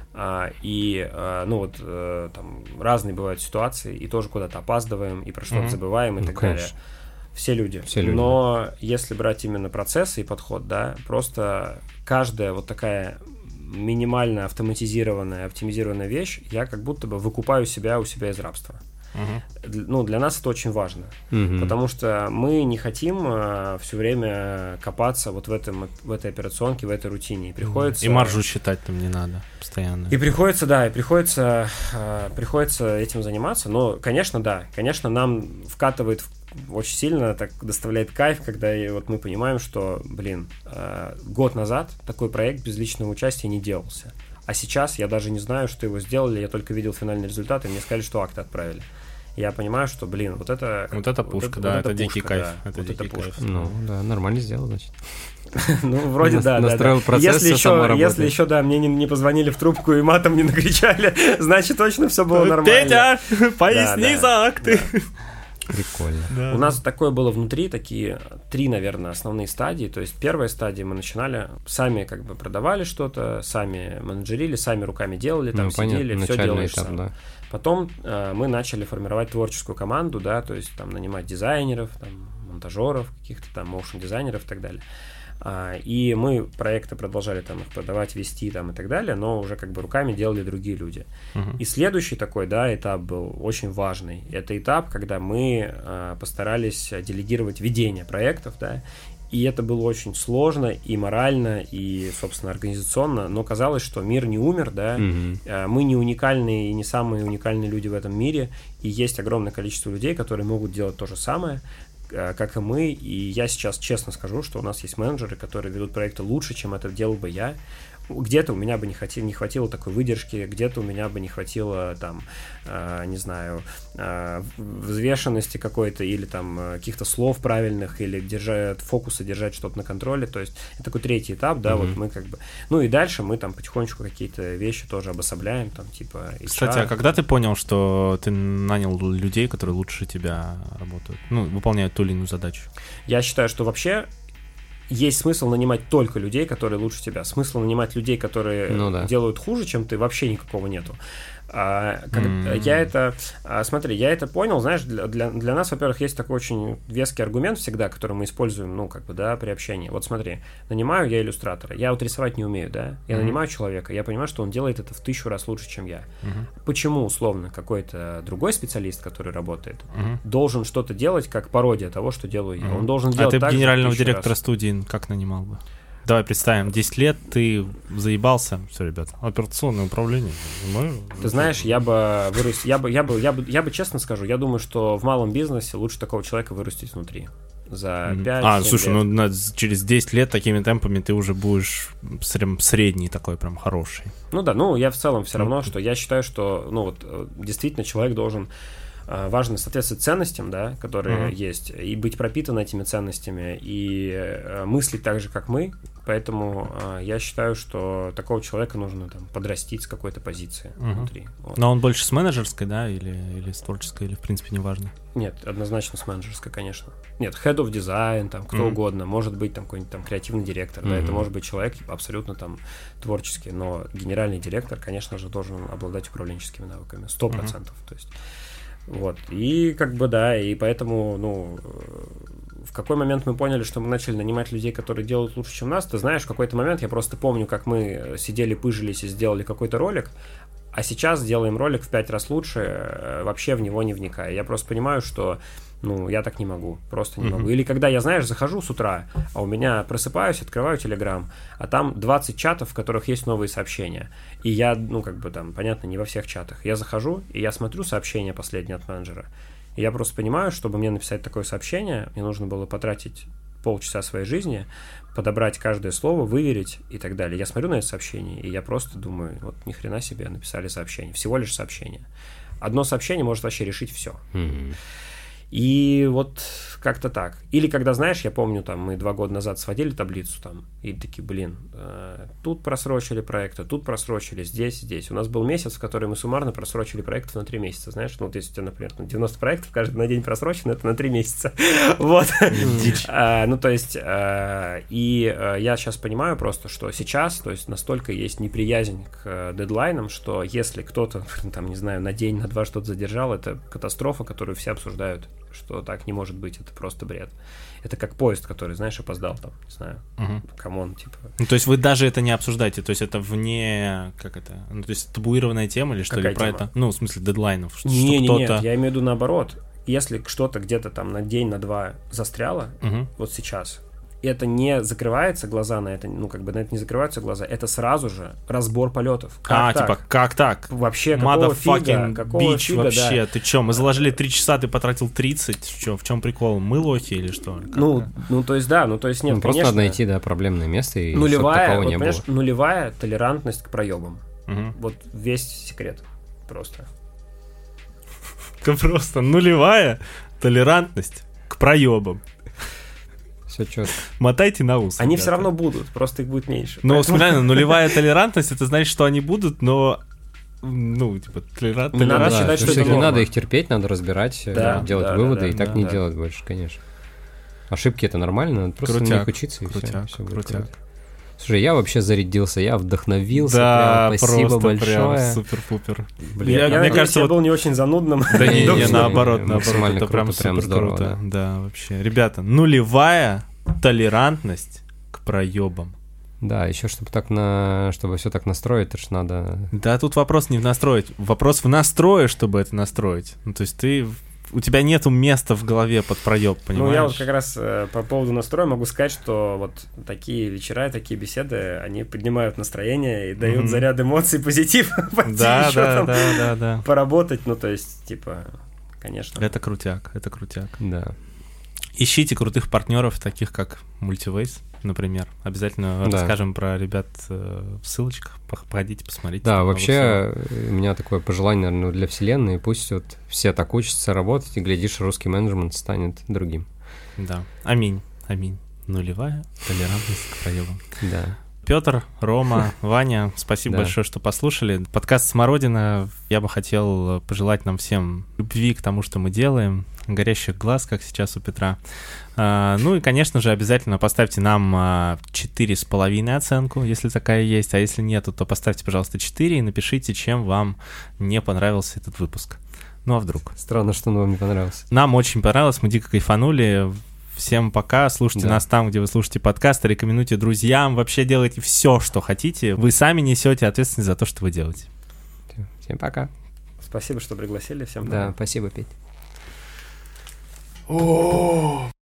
ну вот там разные бывают ситуации, и тоже куда-то опаздываем, и про что-то забываем, и так конечно. далее. Все люди. Все люди. Но если брать именно процессы и подход, да, просто каждая вот такая минимально автоматизированная, оптимизированная вещь, я как будто бы выкупаю себя у себя из рабства. Ну, для нас это очень важно, потому что мы не хотим все время копаться вот в этой операционке, в этой рутине. И приходится... И маржу считать там не надо постоянно. И приходится, да, приходится этим заниматься. Но, конечно, да, конечно, нам вкатывает очень сильно, так доставляет кайф, когда вот мы понимаем, что, год назад такой проект без личного участия не делался. А сейчас я даже не знаю, что его сделали, я только видел финальный результат, и мне сказали, что акты отправили. Я понимаю, что, вот это... Вот это пушка, да, это дикий кайф. Это дикий кайф. Ну, да, нормально сделал, значит. Ну, вроде да. Настроил процесс, все само работает. Если еще, да, мне не позвонили в трубку и матом не накричали, значит, точно все было нормально. Петя, поясни за акты. Прикольно. Да. У нас такое было внутри, такие 3, наверное, основные стадии. То есть первая стадия мы начинали, сами как бы продавали что-то, сами менеджерили, сами руками делали, там сидели, все делаешь этап, сам. Да. Потом мы начали формировать творческую команду, да, то есть там нанимать дизайнеров, там, монтажеров, каких-то там моушн-дизайнеров и так далее. И мы проекты продолжали там их продавать, вести там и так далее, но уже как бы руками делали другие люди. И следующий такой, да, этап был очень важный. Это этап, когда мы постарались делегировать ведение проектов, да, и это было очень сложно и морально, и, собственно, организационно, но казалось, что мир не умер, да, мы не уникальные и не самые уникальные люди в этом мире, и есть огромное количество людей, которые могут делать то же самое, как и мы, и я сейчас честно скажу, что у нас есть менеджеры, которые ведут проекты лучше, чем это делал бы я. Где-то у меня бы не хватило такой выдержки, где-то у меня бы не хватило там, не знаю, взвешенности какой-то или там каких-то слов правильных, или фокуса держать что-то на контроле. То есть это такой третий этап, да, вот мы как бы... Ну и дальше мы там потихонечку какие-то вещи тоже обособляем, там типа... Кстати, а когда ты понял, что ты нанял людей, которые лучше тебя работают, ну, выполняют ту или иную задачу? Я считаю, что вообще есть смысл нанимать только людей, которые лучше тебя. Смысл нанимать людей, которые делают хуже, чем ты, вообще никакого нету. Я это понял, знаешь, для нас, во-первых, есть такой очень веский аргумент всегда, который мы используем, при общении. Вот смотри, нанимаю я иллюстратора, я вот рисовать не умею, да, я нанимаю человека, я понимаю, что он делает это в 1000 раз лучше, чем я. Почему, условно, какой-то другой специалист, который работает, должен что-то делать, как пародия того, что делаю я? Он должен делать так же. А ты генерального директора студии как нанимал бы? Давай представим, 10 лет ты заебался. Все, ребят, операционное управление. Ты знаешь, я бы честно скажу, я думаю, что в малом бизнесе лучше такого человека вырастить внутри. За 5-7 слушай, лет. Через 10 лет такими темпами ты уже будешь средний такой, прям хороший. Я в целом все равно, что я считаю, что, действительно человек должен... Важно соответствовать ценностям, да, которые есть, и быть пропитан этими ценностями, и мыслить так же, как мы. Поэтому я считаю, что такого человека нужно подрастить с какой-то позиции внутри. Вот. Но он больше с менеджерской, да, или с творческой, или в принципе неважно? Нет, однозначно с менеджерской, конечно. Нет, head of design, кто угодно, может быть какой-нибудь креативный директор, да, это может быть человек абсолютно творческий, но генеральный директор, конечно же, должен обладать управленческими навыками, 100%. То есть вот, и и поэтому, в какой момент мы поняли, что мы начали нанимать людей, которые делают лучше, чем нас, ты знаешь, в какой-то момент я просто помню, как мы сидели, пыжились и сделали какой-то ролик, а сейчас делаем ролик в 5 раз лучше, вообще в него не вникая. Я просто понимаю, что я так не могу, просто не могу. Или когда я, захожу с утра, а у меня просыпаюсь, открываю Telegram, а там 20 чатов, в которых есть новые сообщения. И я, понятно, не во всех чатах. Я захожу, и я смотрю сообщение последнее от менеджера. И я просто понимаю, чтобы мне написать такое сообщение, мне нужно было потратить полчаса своей жизни, подобрать каждое слово, выверить и так далее. Я смотрю на это сообщение, и я просто думаю, ни хрена себе, написали сообщение. Всего лишь сообщение. Одно сообщение может вообще решить все. И вот как-то так. Или когда, знаешь, я помню, мы 2 года назад сводили таблицу и такие, тут просрочили проекты, тут просрочили, здесь. У нас был месяц, в который мы суммарно просрочили проектов на 3 месяца, знаешь, если у тебя, например, 90 проектов, каждый на день просрочено, это на 3 месяца. Вот. И я сейчас понимаю просто, что сейчас, настолько есть неприязнь к дедлайнам, что если кто-то, на день, на 2 что-то задержал, это катастрофа, которую все обсуждают, что так не может быть, это просто бред. Это как поезд, который, опоздал не знаю, камон, то есть вы даже это не обсуждаете, то есть это вне, то есть табуированная тема или что, какая или про тема? это, в смысле дедлайнов, что Нет, кто-то... я имею в виду наоборот. Если что-то где-то на день, на 2 застряло, вот сейчас, это не закрывается глаза на это, на это не закрываются глаза, это сразу же разбор полетов. Как так? Вообще, какого фига, вообще, да. Ты чё, мы заложили 3 часа, ты потратил 30, в чем прикол? Мы лохи или что? Нет, просто конечно. надо найти, проблемное место, и нулевая, чтобы такого не было. Нулевая толерантность к проебам. Вот весь секрет просто. Просто нулевая толерантность к проебам. Все четко. Мотайте на ус. Они все равно будут, просто их будет меньше. Но, нулевая толерантность, это значит, что они будут, но... толерантность. Не надо считать, что это не надо их терпеть, надо разбирать, делать выводы, и так не делать больше, конечно. Ошибки — это нормально, надо просто на них учиться, и все будет круто. Слушай, я вообще зарядился, я вдохновился, прям, спасибо большое. Прям супер-пупер. Мне кажется, я был не очень занудным. Да не, наоборот, это прям супер здорово. Да, вообще. Ребята, нулевая толерантность к проебам. Да, еще чтобы все так настроить, это ж надо... Да, тут вопрос не в настроить, вопрос в настрое, чтобы это настроить. То есть у тебя нету места в голове под проеб, понимаешь? Я вот как раз по поводу настроя могу сказать, что вот такие вечера, такие беседы, они поднимают настроение и дают заряд эмоций, позитив. Да. Поработать, конечно. Это крутяк. Да. Ищите крутых партнеров, таких как Multiways, например. Обязательно расскажем про ребят в ссылочках. Походите, посмотрите. Да, вообще у меня такое пожелание, наверное, для вселенной. Пусть все так учатся работать, и, глядишь, русский менеджмент станет другим. Да. Аминь. Нулевая толерантность к проебам. Да. Петр, Рома, Ваня, спасибо большое, что послушали. Подкаст «Смородина». Я бы хотел пожелать нам всем любви к тому, что мы делаем, горящих глаз, как сейчас у Петра. Ну и, конечно же, обязательно поставьте нам 4,5 оценку, если такая есть, а если нету, то поставьте, пожалуйста, 4 и напишите, чем вам не понравился этот выпуск. Ну а вдруг? Странно, что он вам не понравился. Нам очень понравилось, мы дико кайфанули. Всем пока, слушайте нас там, где вы слушаете подкасты, рекомендуйте друзьям, вообще делайте все, что хотите. Вы сами несете ответственность за то, что вы делаете. Всем пока. Спасибо, что пригласили, всем пока. Да, спасибо, Петь. О,